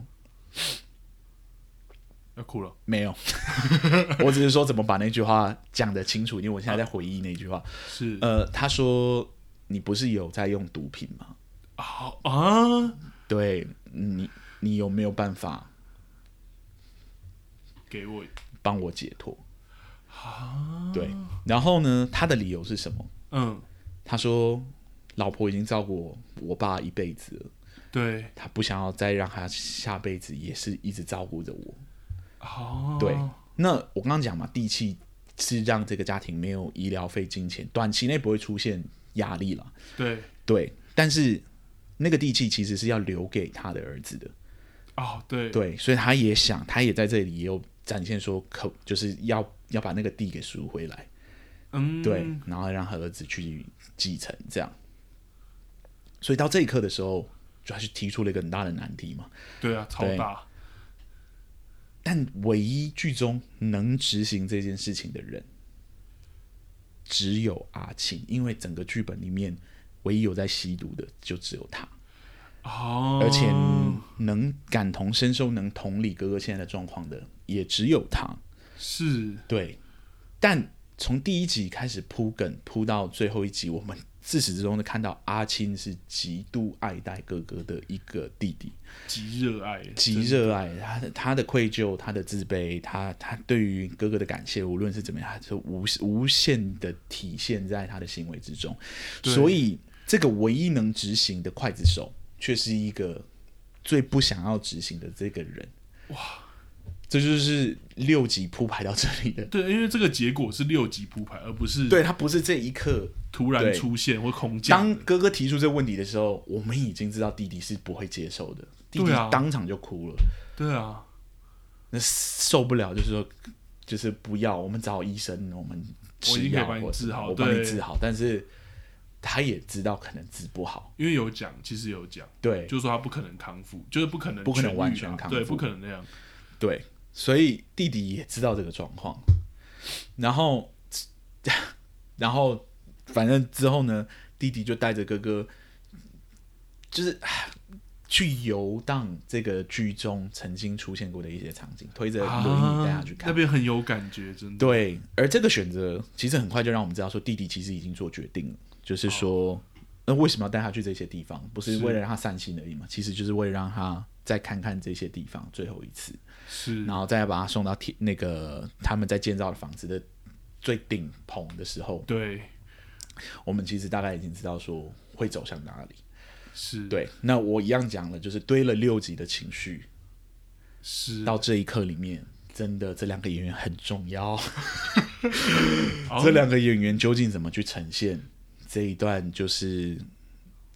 要哭了？ 没有，我只是说怎么把那句话讲得清楚，因为我现在在回忆那句话。 是， 呃，他说：“你不是有在用毒品吗？” 啊啊！ 对你，你有没有办法给我帮我解脱？啊，对。然后呢，他的理由是什么？嗯，他说：“老婆已经照顾我爸一辈子了， 对， 他不想要再让他下辈子也是一直照顾着我。” 哦， 对，那我刚刚讲嘛，地契是让这个家庭没有医疗费、金钱，短期内不会出现压力了。 对对，但是那个地契其实是要留给他的儿子的。 哦，对对，所以他也想，他也在这里也有展现说，可就是要要把那个地给赎回来。嗯，对，然后让他儿子去继承，这样。所以到这一刻的时候，就他去提出了一个很大的难题嘛。 对啊，超大。 但唯一剧中能执行这件事情的人，只有阿庆，因为整个剧本里面唯一有在吸毒的就只有他。哦，而且能感同身受、能同理哥哥现在的状况的，也只有他。 是， 对。但从第一集开始铺梗，铺到最后一集，我们自始至终的看到阿青是极度爱戴哥哥的一个弟弟， 极热爱， 极热爱他的他的愧疚，他的自卑，他他对于哥哥的感谢，无论是怎么样，他就无无限的体现在他的行为之中。所以，这个唯一能执行的刽子手，却是一个最不想要执行的这个人。哇！这就是六集铺排到这里的。 对，因为这个结果是六集铺排，而不是对他不是这一刻突然出现或空降。 当哥哥提出这个问题的时候，我们已经知道弟弟是不会接受的，弟弟当场就哭了。 对啊， 那受不了，就是说，就是不要，我们找医生，我们吃药， 我帮你治好， 我帮你治好。但是他也知道可能治不好， 因为有讲，其实有讲， 对， 就是说他不可能康复，就是不可能， 不可能完全康复， 对，不可能那样， 对。所以弟弟也知道这个状况，然后，然后，反正之后呢，弟弟就带着哥哥，就是去游荡这个剧中曾经出现过的一些场景，推着轮椅带他去看， 啊、那边很有感觉，真的。 对，而这个选择其实很快就让我们知道，说弟弟其实已经做决定了，就是说，哦、那为什么要带他去这些地方？不是为了让他散心而已嘛？其实就是为了让他再看看这些地方最后一次。 是，然后再把他送到那个他们在建造的房子的最顶棚的时候， 对， 我们其实大概已经知道说会走向哪里。 是， 对。那我一样讲了，就是堆了六集的情绪， 是到这一刻里面，真的这两个演员很重要。这两个演员究竟怎么去呈现这一段，就是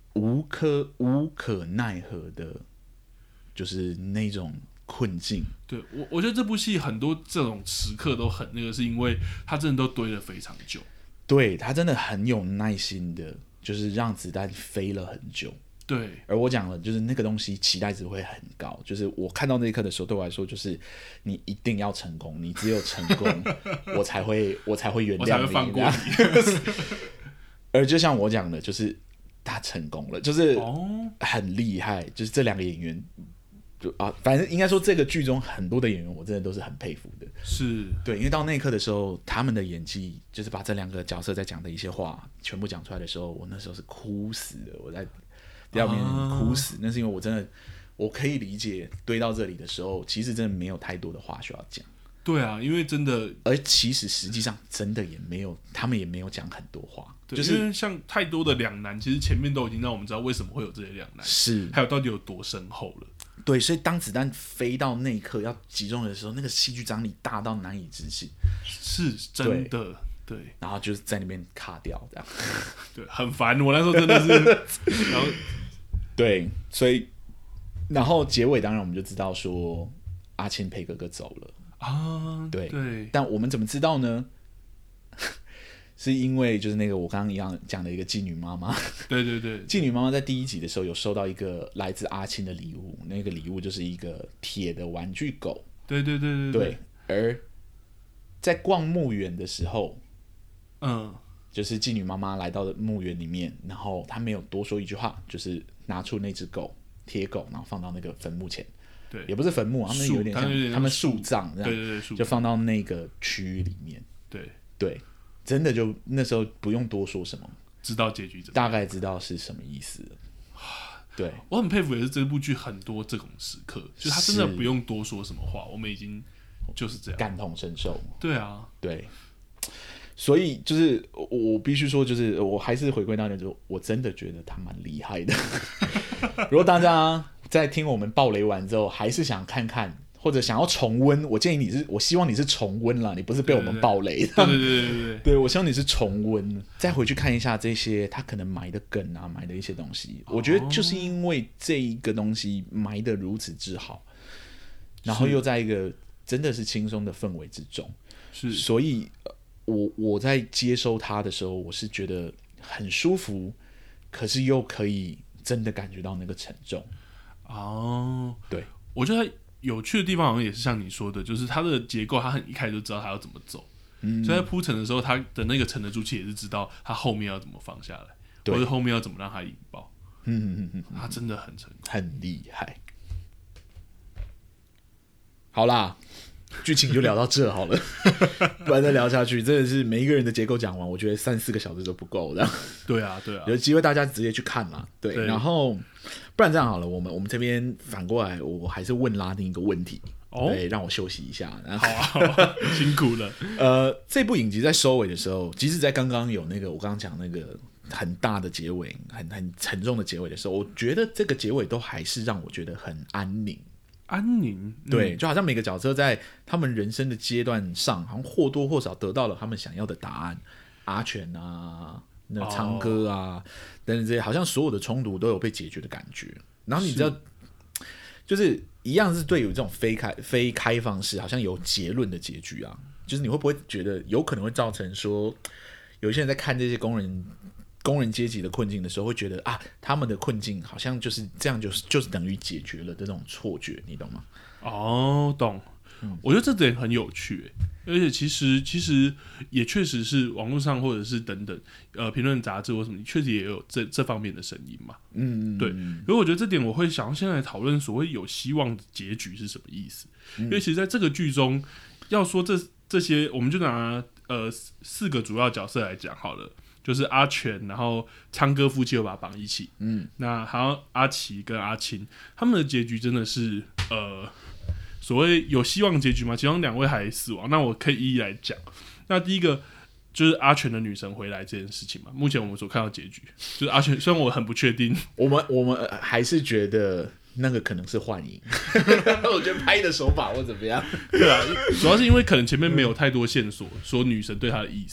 无可无可奈何的，就是那种困境。 对我，我觉得这部戏很多这种时刻都很那个，是因为他真的都堆了非常久。 对，他真的很有耐心的，就是让子弹飞了很久。 对， 而我讲了，就是那个东西期待值会很高。就是我看到那一刻的时候，对我来说，就是你一定要成功，你只有成功，我才会我才会原谅你， 我才会放过你。 而就像我讲的，就是他成功了，就是很厉害。就是这两个演员，就啊，反正应该说这个剧中很多的演员，我真的都是很佩服的。 是对，因为到那一刻的时候，他们的演技，就是把这两个角色在讲的一些话全部讲出来的时候，我那时候是哭死的。我在第二面哭死，那是因为我真的我可以理解堆到这里的时候，其实真的没有太多的话需要讲。 对啊，因为真的， 而其实实际上真的也没有，他们也没有讲很多话，就是因为像太多的两难，其实前面都已经让我们知道为什么会有这些两难， 是还有到底有多深厚了。 对，所以当子弹飞到那一刻要击中的时候，那个戏剧张力大到难以置信， 是真的。对， 然后就是在那边卡掉，这样， 对，很烦。我那时候真的是，然后对，所以然后结尾当然我们就知道说阿庆陪哥哥走了啊， 对对， 但我们怎么知道呢？是因为就是那个我刚刚一样讲的一个妓女妈妈， 对对对， 妓女妈妈在第一集的时候有收到一个来自阿庆的礼物，那个礼物就是一个铁的玩具狗， 对对对对对，而在逛墓园的时候， 嗯， 就是妓女妈妈来到了墓园里面，然后她没有多说一句话，就是拿出那只狗铁狗，然后放到那个坟墓前， 对， 也不是坟墓，他们有点像他们树葬这样， 对对对， 就放到那个区域里面， 对对，真的就那时候不用多说什么， 知道结局， 大概知道是什么意思了。对， 我很佩服也是这部剧很多这种时刻，就他真的不用多说什么话，我们已经就是这样感同身受。 对啊， 对。所以就是我必须说，就是我还是回归到那种，我真的觉得他蛮厉害的。如果大家在听我们爆雷完之后，还是想看看或者想要重温，我建议你是，我希望你是重温啦，你不是被我们爆雷的。 对对对对对， 对我希望你是重温，再回去看一下这些他可能埋的梗啊，埋的一些东西。我觉得就是因为这一个东西埋的如此之好，然后又在一个真的是轻松的氛围之中， 是， 所以。我我在接收它的时候，我是觉得很舒服，可是又可以真的感觉到那个沉重。 哦， 对， 我觉得有趣的地方好像也是像你说的，就是它的结构，它很一开始就知道它要怎么走，嗯、所以在铺陈的时候，它的那个沉得住气，也是知道它后面要怎么放下来，或者后面要怎么让它引爆。嗯嗯嗯，它真的很成功， 很厉害。好啦。剧情就聊到这好了，不然再聊下去，真的是每一个人的结构讲完，我觉得三四个小时都不够的。 对啊，对啊， 有机会大家直接去看啦。对，对然后不然这样好了，我们我们这边反过来，我还是问拉丁一个问题，哦，对，让我休息一下。 好啊，好啊辛苦了。 呃，这部影集在收尾的时候，即使在刚刚有那个我刚刚讲那个很大的结尾，很很沉重的结尾的时候，我觉得这个结尾都还是让我觉得很安宁。 安宁、 嗯、对，就好像每个角色在他们人生的阶段上，好像或多或少得到了他们想要的答案。阿全啊，那昌哥啊，哦、等等这些，好像所有的冲突都有被解决的感觉。然后你知道，是就是一样是对于这种非开非开放式，好像有结论的结局啊，就是你会不会觉得有可能会造成说，有些人在看这些工人。工人阶级的困境的时候，会觉得啊，他们的困境好像就是这样，就是就是等于解决了的这种错觉，你懂吗？ 哦，懂。嗯、我觉得这点很有趣，而且其实其实也确实是网络上或者是等等呃评论杂志或什么，确实也有这这方面的声音嘛。嗯，对。所以我觉得这点我会想要先来讨论所谓有希望的结局是什么意思，嗯、因为其实在这个剧中，要说这这些，我们就拿呃四个主要角色来讲好了。就是阿全，然后昌哥夫妻又把他绑一起，嗯，那还有阿奇跟阿青，他们的结局真的是呃，所谓有希望结局嘛？其中两位还死亡，那我可以一一来讲。那第一个就是阿全的女神回来这件事情嘛，目前我们所看到结局就是阿全，虽然我很不确定， 我们我们还是觉得那个可能是幻影，我觉得拍的手法或怎么样， 对啊，主要是因为可能前面没有太多线索说女神对她的意思啦。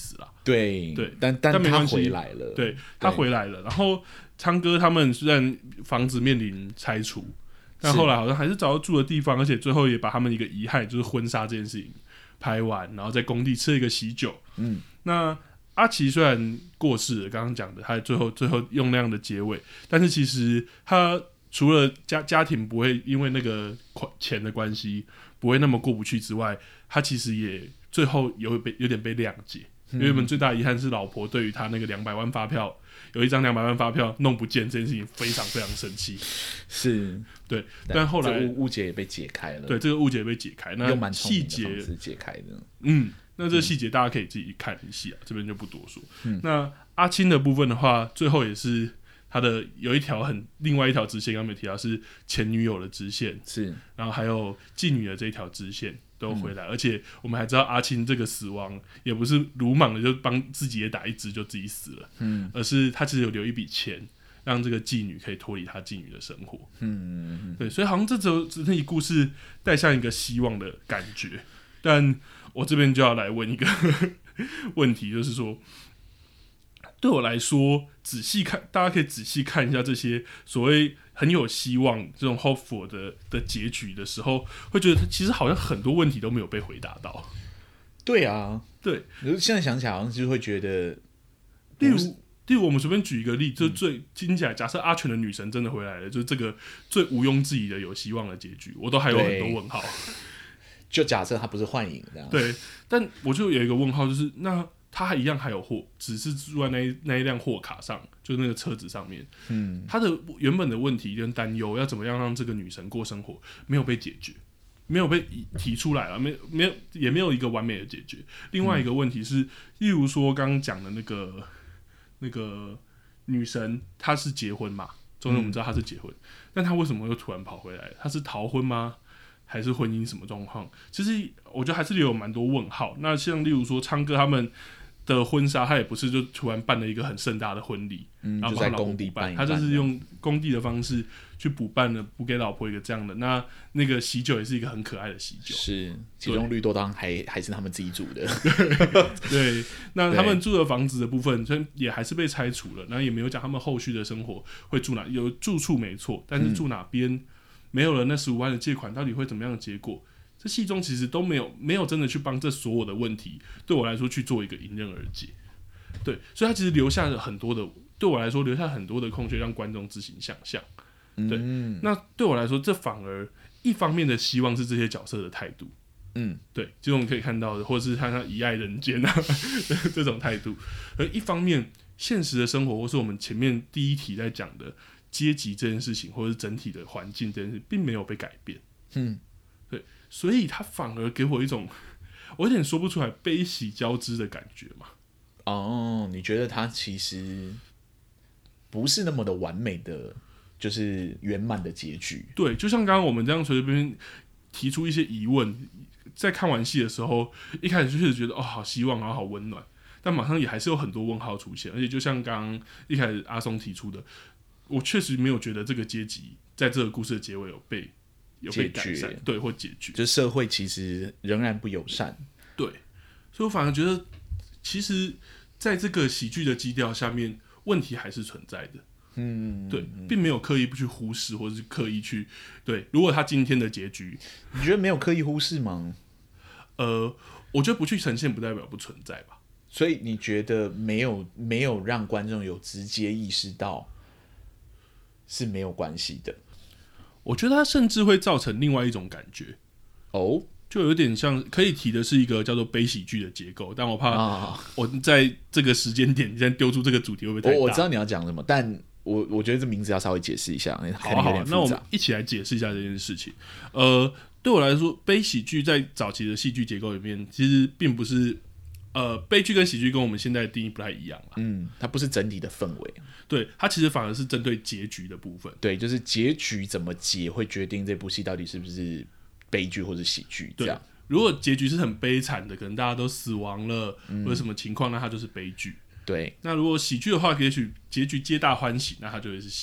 对对， 但但他回来了， 对，他回来了。然后昌哥他们虽然房子面临拆除，但后来好像还是找到住的地方，而且最后也把他们一个遗憾，就是婚纱这件事情拍完，然后在工地吃了一个喜酒。嗯，那阿奇虽然过世了，刚刚讲的，他最后最后用那样的结尾，但是其实他除了家家庭不会因为那个钱的关系不会那么过不去之外，他其实也最后有被有点被谅解。因为原本最大的遗憾是老婆对于他那个两百万发票，有一张两百万发票弄不见这件事情非常非常生气。 是， 对，但后来误解也被解开了。 对，这个误解被解开，那细节解开的， 嗯。那这细节大家可以自己看一下，这边就不多说。嗯、那阿青的部分的话，最后也是他的有一条很另外一条支线，刚刚没提到是前女友的支线， 是， 然后还有妓女的这一条支线都回来、嗯，而且我们还知道阿青这个死亡也不是鲁莽的就帮自己也打一支就自己死了，嗯，而是他其实有留一笔钱。让这个妓女可以脱离她妓女的生活，嗯，对，所以好像这整整体故事带上一个希望的感觉，但我这边就要来问一个问题，就是说，对我来说，仔细看，大家可以仔细看一下这些所谓很有希望这种 hopeful 的的结局的时候，会觉得其实好像很多问题都没有被回答到。 对啊， 对， 现在想起来好像就会觉得， 例如。例如，我们随便举一个例，就是最听起来，假设阿全的女神真的回来了，就是这个最毋庸置疑的有希望的结局，我都还有很多问号。 就假设他不是幻影这样， 对，但我就有一个问号，就是那他一样还有货，只是住在那一那一辆货卡上，就是那个车子上面。嗯，他的原本的问题跟担忧，要怎么样让这个女神过生活，没有被解决，没有被提出来了，没没有也没有一个完美的解决。另外一个问题是，嗯、例如说刚刚讲的那个。那个女神她是结婚嘛？终于我们知道她是结婚，嗯、但她为什么又突然跑回来？她是逃婚吗？还是婚姻什么状况？其实我觉得还是留有蛮多问号。那像例如说昌哥他们的婚纱，他也不是就突然办了一个很盛大的婚礼，嗯、然后帮老婆补办，他就是用工地的方式去补办了，补给老婆一个这样的。那那个喜酒也是一个很可爱的喜酒， 是其中绿豆汤还还是他们自己煮的。 对，那他们住的房子的部分，也还是被拆除了，然后也没有讲他们后续的生活会住哪，有住处没错，但是住哪边、嗯、没有了那十五万的借款，到底会怎么样的结果？这戏中其实都没有没有真的去帮这所有的问题，对我来说去做一个迎刃而解。对，所以他其实留下了很多的，对我来说留下很多的空缺，让观众自行想象。对，嗯、那对我来说，这反而一方面的希望是这些角色的态度，嗯，对，就我们可以看到的，或者是他像遗爱人间啊这种态度。而一方面，现实的生活，或是我们前面第一题在讲的阶级这件事情，或者是整体的环境这件事，并没有被改变。嗯，对，所以他反而给我一种我有点说不出来悲喜交织的感觉嘛。 哦，你觉得他其实不是那么的完美的，就是圆满的结局？ 对，就像刚刚我们这样随便提出一些疑问，在看完戏的时候，一开始就确实觉得哦，好希望，然后好温暖，但马上也还是有很多问号出现。而且就像刚刚一开始阿松提出的，我确实没有觉得这个阶级在这个故事的结尾有被有被改善，对，或解决， 就是社会其实仍然不友善。 对，所以我反而觉得，其实在这个喜剧的基调下面，问题还是存在的。嗯，对，并没有刻意不去忽视，或者是刻意去对。如果他今天的结局， 你觉得没有刻意忽视吗？ 呃，我觉得不去呈现，不代表不存在吧。 所以你觉得没有没有让观众有直接意识到是没有关系的？ 我觉得它甚至会造成另外一种感觉哦，就有点像可以提的是一个叫做悲喜剧的结构，但我怕我在这个时间点现在丢出这个主题会不会太大？ 我我知道你要讲什么，但我我觉得这名字要稍微解释一下， 好好，那我们一起来解释一下这件事情。呃，对我来说，悲喜剧在早期的戏剧结构里面，其实并不是呃悲剧跟喜剧跟我们现在的定义不太一样啦。 嗯，它不是整体的氛围， 对，它其实反而是针对结局的部分。 对，就是结局怎么结会决定这部戏到底是不是悲剧或者喜剧这样。 如果结局是很悲惨的，可能大家都死亡了，嗯、或者什么情况，那它就是悲剧。 对， 那如果喜剧的话，也许结局皆大欢喜，那它就会是喜剧。 呀、yeah ，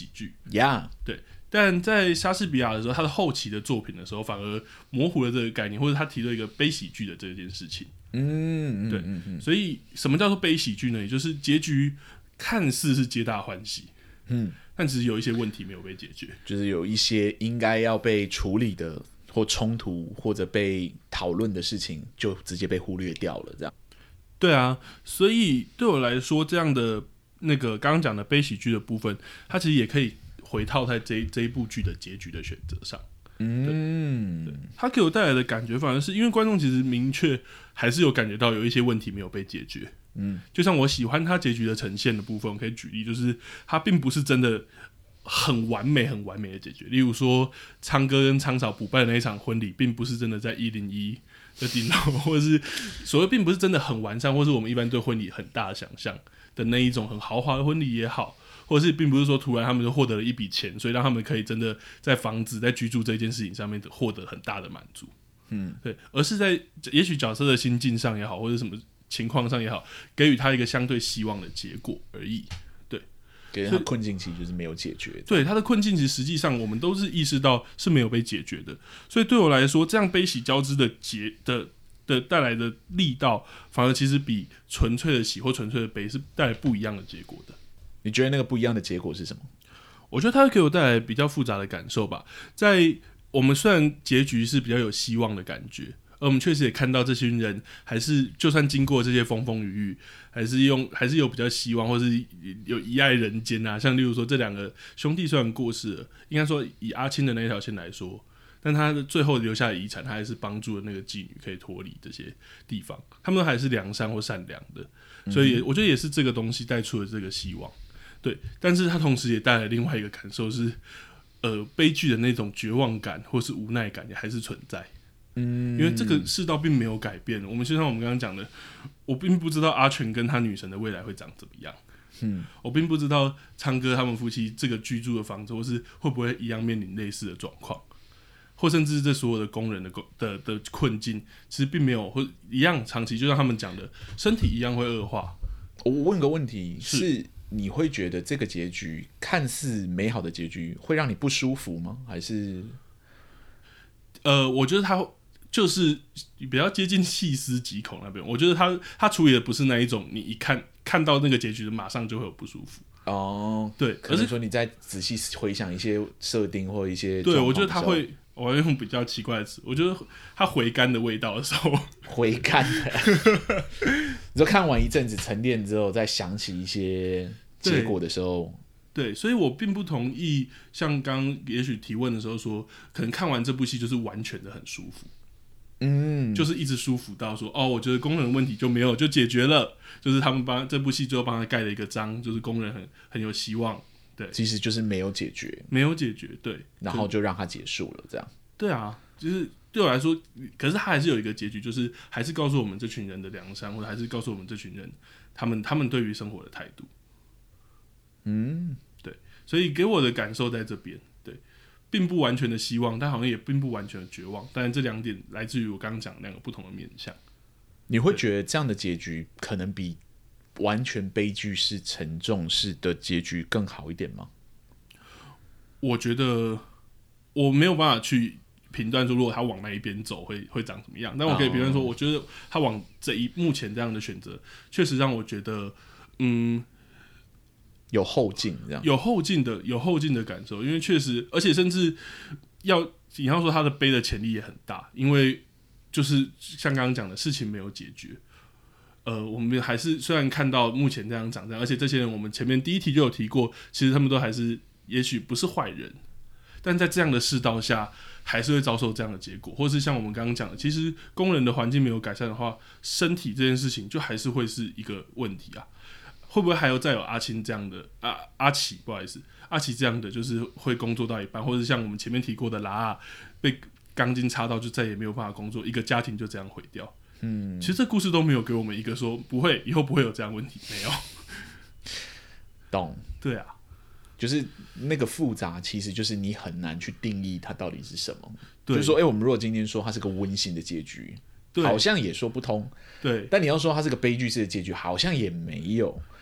对。 但在莎士比亚的时候，他的后期的作品的时候，反而模糊了这个概念，或者他提了一个悲喜剧的这件事情。 嗯， 对， 嗯嗯所以什么叫做悲喜剧呢？也就是结局看似是皆大欢喜， 嗯， 但其实有一些问题没有被解决， 就是有一些应该要被处理的或冲突或者被讨论的事情，就直接被忽略掉了，这样。 对啊，所以对我来说，这样的那个刚刚讲的悲喜剧的部分，它其实也可以回套在这这一部剧的结局的选择上。 嗯， 它给我带来的感觉，反而是因为观众其实明确还是有感觉到有一些问题没有被解决。嗯，就像我喜欢它结局的呈现的部分，我可以举例，就是它并不是真的很完美、很完美的解决。例如说，昌哥跟昌嫂补办的那一场婚礼，并不是真的在一零一的顶楼，或者是所谓并不是真的很完善，或是我们一般对婚礼很大的想象的那一种很豪华的婚礼也好，或者是并不是说突然他们就获得了一笔钱，所以让他们可以真的在房子、在居住这件事情上面获得很大的满足。嗯，对，而是在也许角色的心境上也好，或者什么情况上也好，给予他一个相对希望的结果而已。对， 给他困境其实就是没有解决。 对，他的困境其实实际上我们都是意识到是没有被解决的，所以对我来说，这样悲喜交织的结的的带来的力道，反而其实比纯粹的喜或纯粹的悲是带来不一样的结果的。 你觉得那个不一样的结果是什么？ 我觉得它会给我带来比较复杂的感受吧。在我们虽然结局是比较有希望的感觉，而我们确实也看到这群人还是就算经过这些风风雨雨，还是用还是有比较希望，或是有遗爱人间啊。像例如说这两个兄弟虽然过世了，应该说以阿青的那条线来说，但他的最后留下的遗产，他还是帮助了那个妓女可以脱离这些地方，他们还是良善或善良的，所以我觉得也是这个东西带出了这个希望。对，但是他同时也带来另外一个感受是，呃，悲剧的那种绝望感或是无奈感也还是存在。嗯，因为这个世道并没有改变。我们就像我们刚刚讲的，我并不知道阿全跟他女神的未来会长怎么样。嗯，我并不知道昌哥他们夫妻这个居住的房子，或是会不会一样面临类似的状况，或甚至这所有的工人的的的困境，其实并没有或一样长期，就像他们讲的，身体一样会恶化。 我问个问题是。是你会觉得这个结局看似美好的结局会让你不舒服吗？还是， 呃，我觉得他就是比较接近细思极恐那边。我觉得他他处理的不是那一种，你一看看到那个结局，马上就会有不舒服。 哦， 对， 可是说你再仔细回想一些设定或一些， 对我觉得他会，我要用比较奇怪的词，我觉得他回甘的味道的时候， 回甘的，你说看完一阵子沉淀之后，再想起一些结果的时候， 对，对，所以我并不同意像刚也许提问的时候说，可能看完这部戏就是完全的很舒服。嗯，就是一直舒服到说，哦，我觉得工人问题就没有就解决了，就是他们帮这部戏最后帮他盖了一个章，就是工人很很有希望，对， 其实就是没有解决， 没有解决，对， 然后就让它结束了，这样， 对啊，就是对我来说，可是他还是有一个结局，就是还是告诉我们这群人的良善，或者还是告诉我们这群人他们他们对于生活的态度，嗯，对，所以给我的感受在这边。并不完全的希望，但好像也并不完全的绝望。当然，这两点来自于我刚刚讲两个不同的面向。 你会觉得这样的结局可能比完全悲剧式、沉重式的结局更好一点吗？ 我觉得我没有办法去评断说，如果他往那一边走会会长怎么样。但我可以评断说，我觉得他往这一目前这样的选择，确实让我觉得，嗯。 有后劲，这样有后劲的有后劲的感受，因为确实，而且甚至要你要说他的悲的潜力也很大，因为就是像刚刚讲的事情没有解决，呃，我们还是虽然看到目前这样长这样，而且这些人我们前面第一题就有提过，其实他们都还是也许不是坏人，但在这样的世道下，还是会遭受这样的结果，或是像我们刚刚讲的，其实工人的环境没有改善的话，身体这件事情就还是会是一个问题啊。会不会还有再有阿青这样的阿阿奇不好意思阿奇这样的，就是会工作到一半，或者像我们前面提过的拉阿被钢筋插到就再也没有办法工作，一个家庭就这样毁掉。嗯，其实这故事都没有给我们一个说不会以后不会有这样的问题，没有。 懂？对啊， 就是那个复杂，其实就是你很难去定义它到底是什么。就是说，哎、欸，我们如果今天说它是个温馨的结局，好像也说不通。 对， 但你要说它是个悲剧式的结局，好像也没有。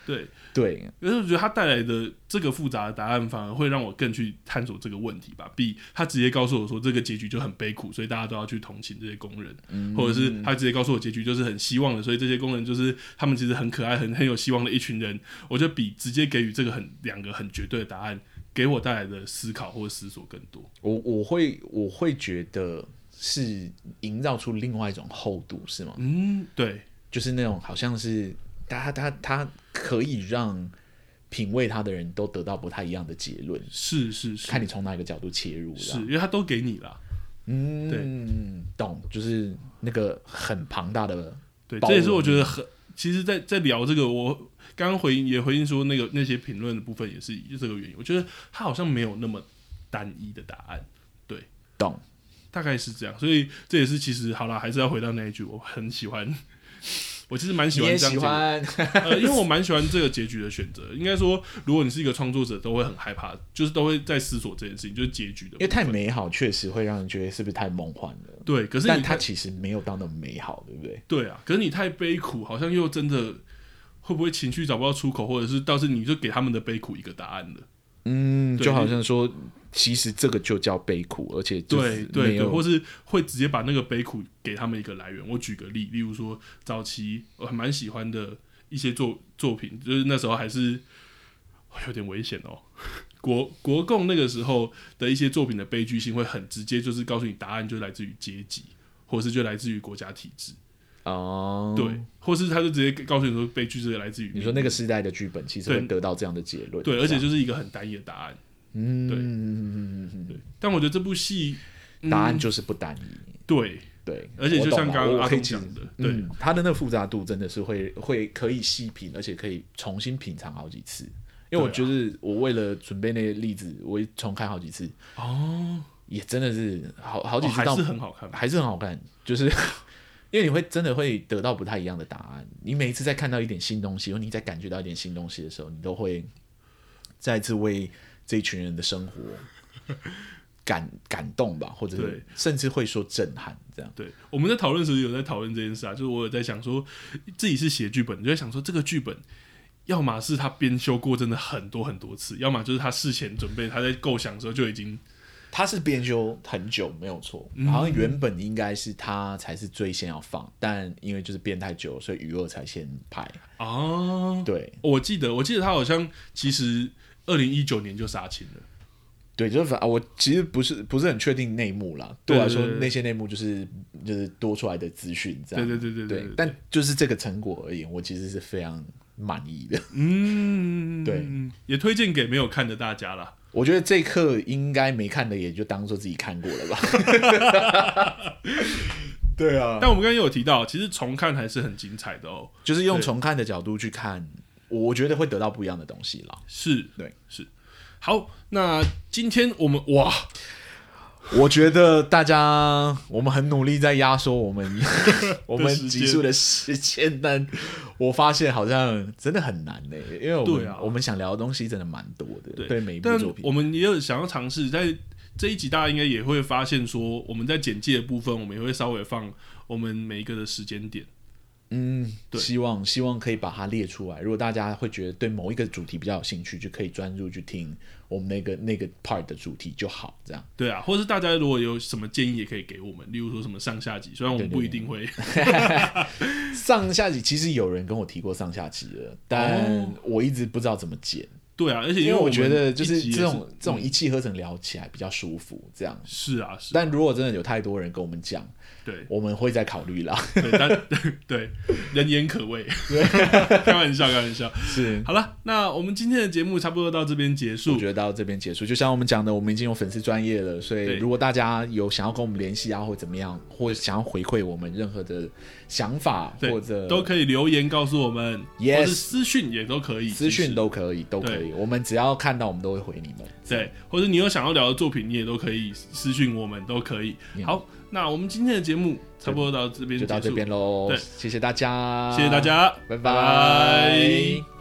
对对， 可是我觉得他带来的这个复杂的答案，反而会让我更去探索这个问题吧。比他直接告诉我说这个结局就很悲苦，所以大家都要去同情这些工人，嗯、或者是他直接告诉我结局就是很希望的，所以这些工人就是他们其实很可爱、很很有希望的一群人。我觉得比直接给予这个很两个很绝对的答案，给我带来的思考或者思索更多。 我我会我会觉得是营造出另外一种厚度，是吗？ 嗯，对， 就是那种好像是。他他他可以让品味他的人都得到不太一样的结论， 是是是， 看你从哪一个角度切入， 是因为他都给你了， 嗯，对，懂，就是那个很庞大的， 对，这也是我觉得很，其实在，在在聊这个，我刚刚回应也回应说，那个那些评论的部分也是这个原因，我觉得他好像没有那么单一的答案，对， 懂， 大概是这样，所以这也是其实好啦，还是要回到那一句，我很喜欢。我其实蛮喜欢这样结局，呃，因为我蛮喜欢这个结局的选择。应该说，如果你是一个创作者，都会很害怕，就是都会在思索这件事情，就是结局的部分。 因为太美好，确实会让人觉得是不是太梦幻了。 对，可是但它其实没有到那么美好，对不对？ 对啊，可是你太悲苦，好像又真的会不会情绪找不到出口，或者是倒是你就给他们的悲苦一个答案了。 嗯，就好像说，其实这个就叫悲苦，而且就是对对对，或是会直接把那个悲苦给他们一个来源。我举个例，例如说早期我还蛮喜欢的一些作作品，就是那时候还是有点危险哦。国国共那个时候的一些作品的悲剧性会很直接，就是告诉你答案就来自于阶级，或者是就来自于国家体制。哦，对，或是他就直接告诉你说悲剧这个来自于你说那个时代的剧本，其实会得到这样的结论。 对，而且就是一个很单一的答案。嗯，对，对。但我觉得这部戏、 嗯、答案就是不单一。 对对， 而且就像刚刚阿东讲的，对、 嗯，他的那个复杂度真的是会会可以细品，而且可以重新品尝好几次。因为我觉得我为了准备那个例子，我重看好几次。哦，也真的是好好几次到、 哦，还是很好看， 还是很好看，就是。因为你会真的会得到不太一样的答案，你每一次在看到一点新东西，或你在感觉到一点新东西的时候，你都会再次为这一群人的生活感感动吧，或者是甚至会说震撼这样。 对，我们在讨论时有在讨论这件事啊，就是我有在想说，自己是写剧本，就在想说这个剧本，要么是他编修过真的很多很多次，要么就是他事前准备，他在构想的时候就已经。 他是编修很久没有错，好像原本应该是他才是最先要放，但因为就是编太久，所以余二才先拍。哦，对， 我记得我记得他好像其实二零一九年就杀青了。 对，就是反我其实不是不是很确定内幕啦，对我来说那些内幕就是就是多出来的资讯这样。 对对对 对, 对, 对, 对，但就是这个成果而言，我其实是非常满意的。嗯，对， 也推荐给没有看的大家啦。 我觉得这一刻应该没看的也就当做自己看过了吧。对啊， 但我们刚刚也有提到，其实重看还是很精彩的哦。 就是用重看的角度去看，我觉得会得到不一样的东西啦。 是， 对， 是。好，那今天我们哇， 我觉得大家我们很努力在压缩我们我们集数的时间，但我发现好像真的很难呢、欸，因为我们、啊、我们想聊的东西真的蛮多的， 对, 对每一部作品， 我们也有想要尝试在这一集，大家应该也会发现说，我们在简介的部分，我们也会稍微放我们每一个的时间点。 嗯，希望希望可以把它列出来。如果大家会觉得对某一个主题比较有兴趣，就可以专注去听我们那个那个 part 的主题就好，这样。 对啊，或是大家如果有什么建议，也可以给我们，例如说什么上下集，虽然我们不一定会。 对对对上下集其实有人跟我提过上下集了，但我一直不知道怎么剪。 对啊，而且因为我觉得就是这种、 嗯、 这种一气呵成聊起来比较舒服，这样。 是啊，是啊。 但如果真的有太多人跟我们讲，对，我们会再考虑啦。 对，但对，人言可畏。开玩笑，开玩笑。 是。 好了，那我们今天的节目差不多到这边结束。 我觉得到这边结束，就像我们讲的，我们已经有粉丝专页了，所以如果大家有想要跟我们联系啊，或怎么样，或想要回馈我们任何的想法，或者都可以留言告诉我们， yes, 或是私讯也都可以， 私讯都可以，都可以。我们只要看到，我们都会回你们。 对，或者你有想要聊的作品，你也都可以私讯我们，都可以。好，那我们今天的节目差不多到这边就到这边喽。对，谢谢大家， 谢谢大家， 拜拜。拜拜。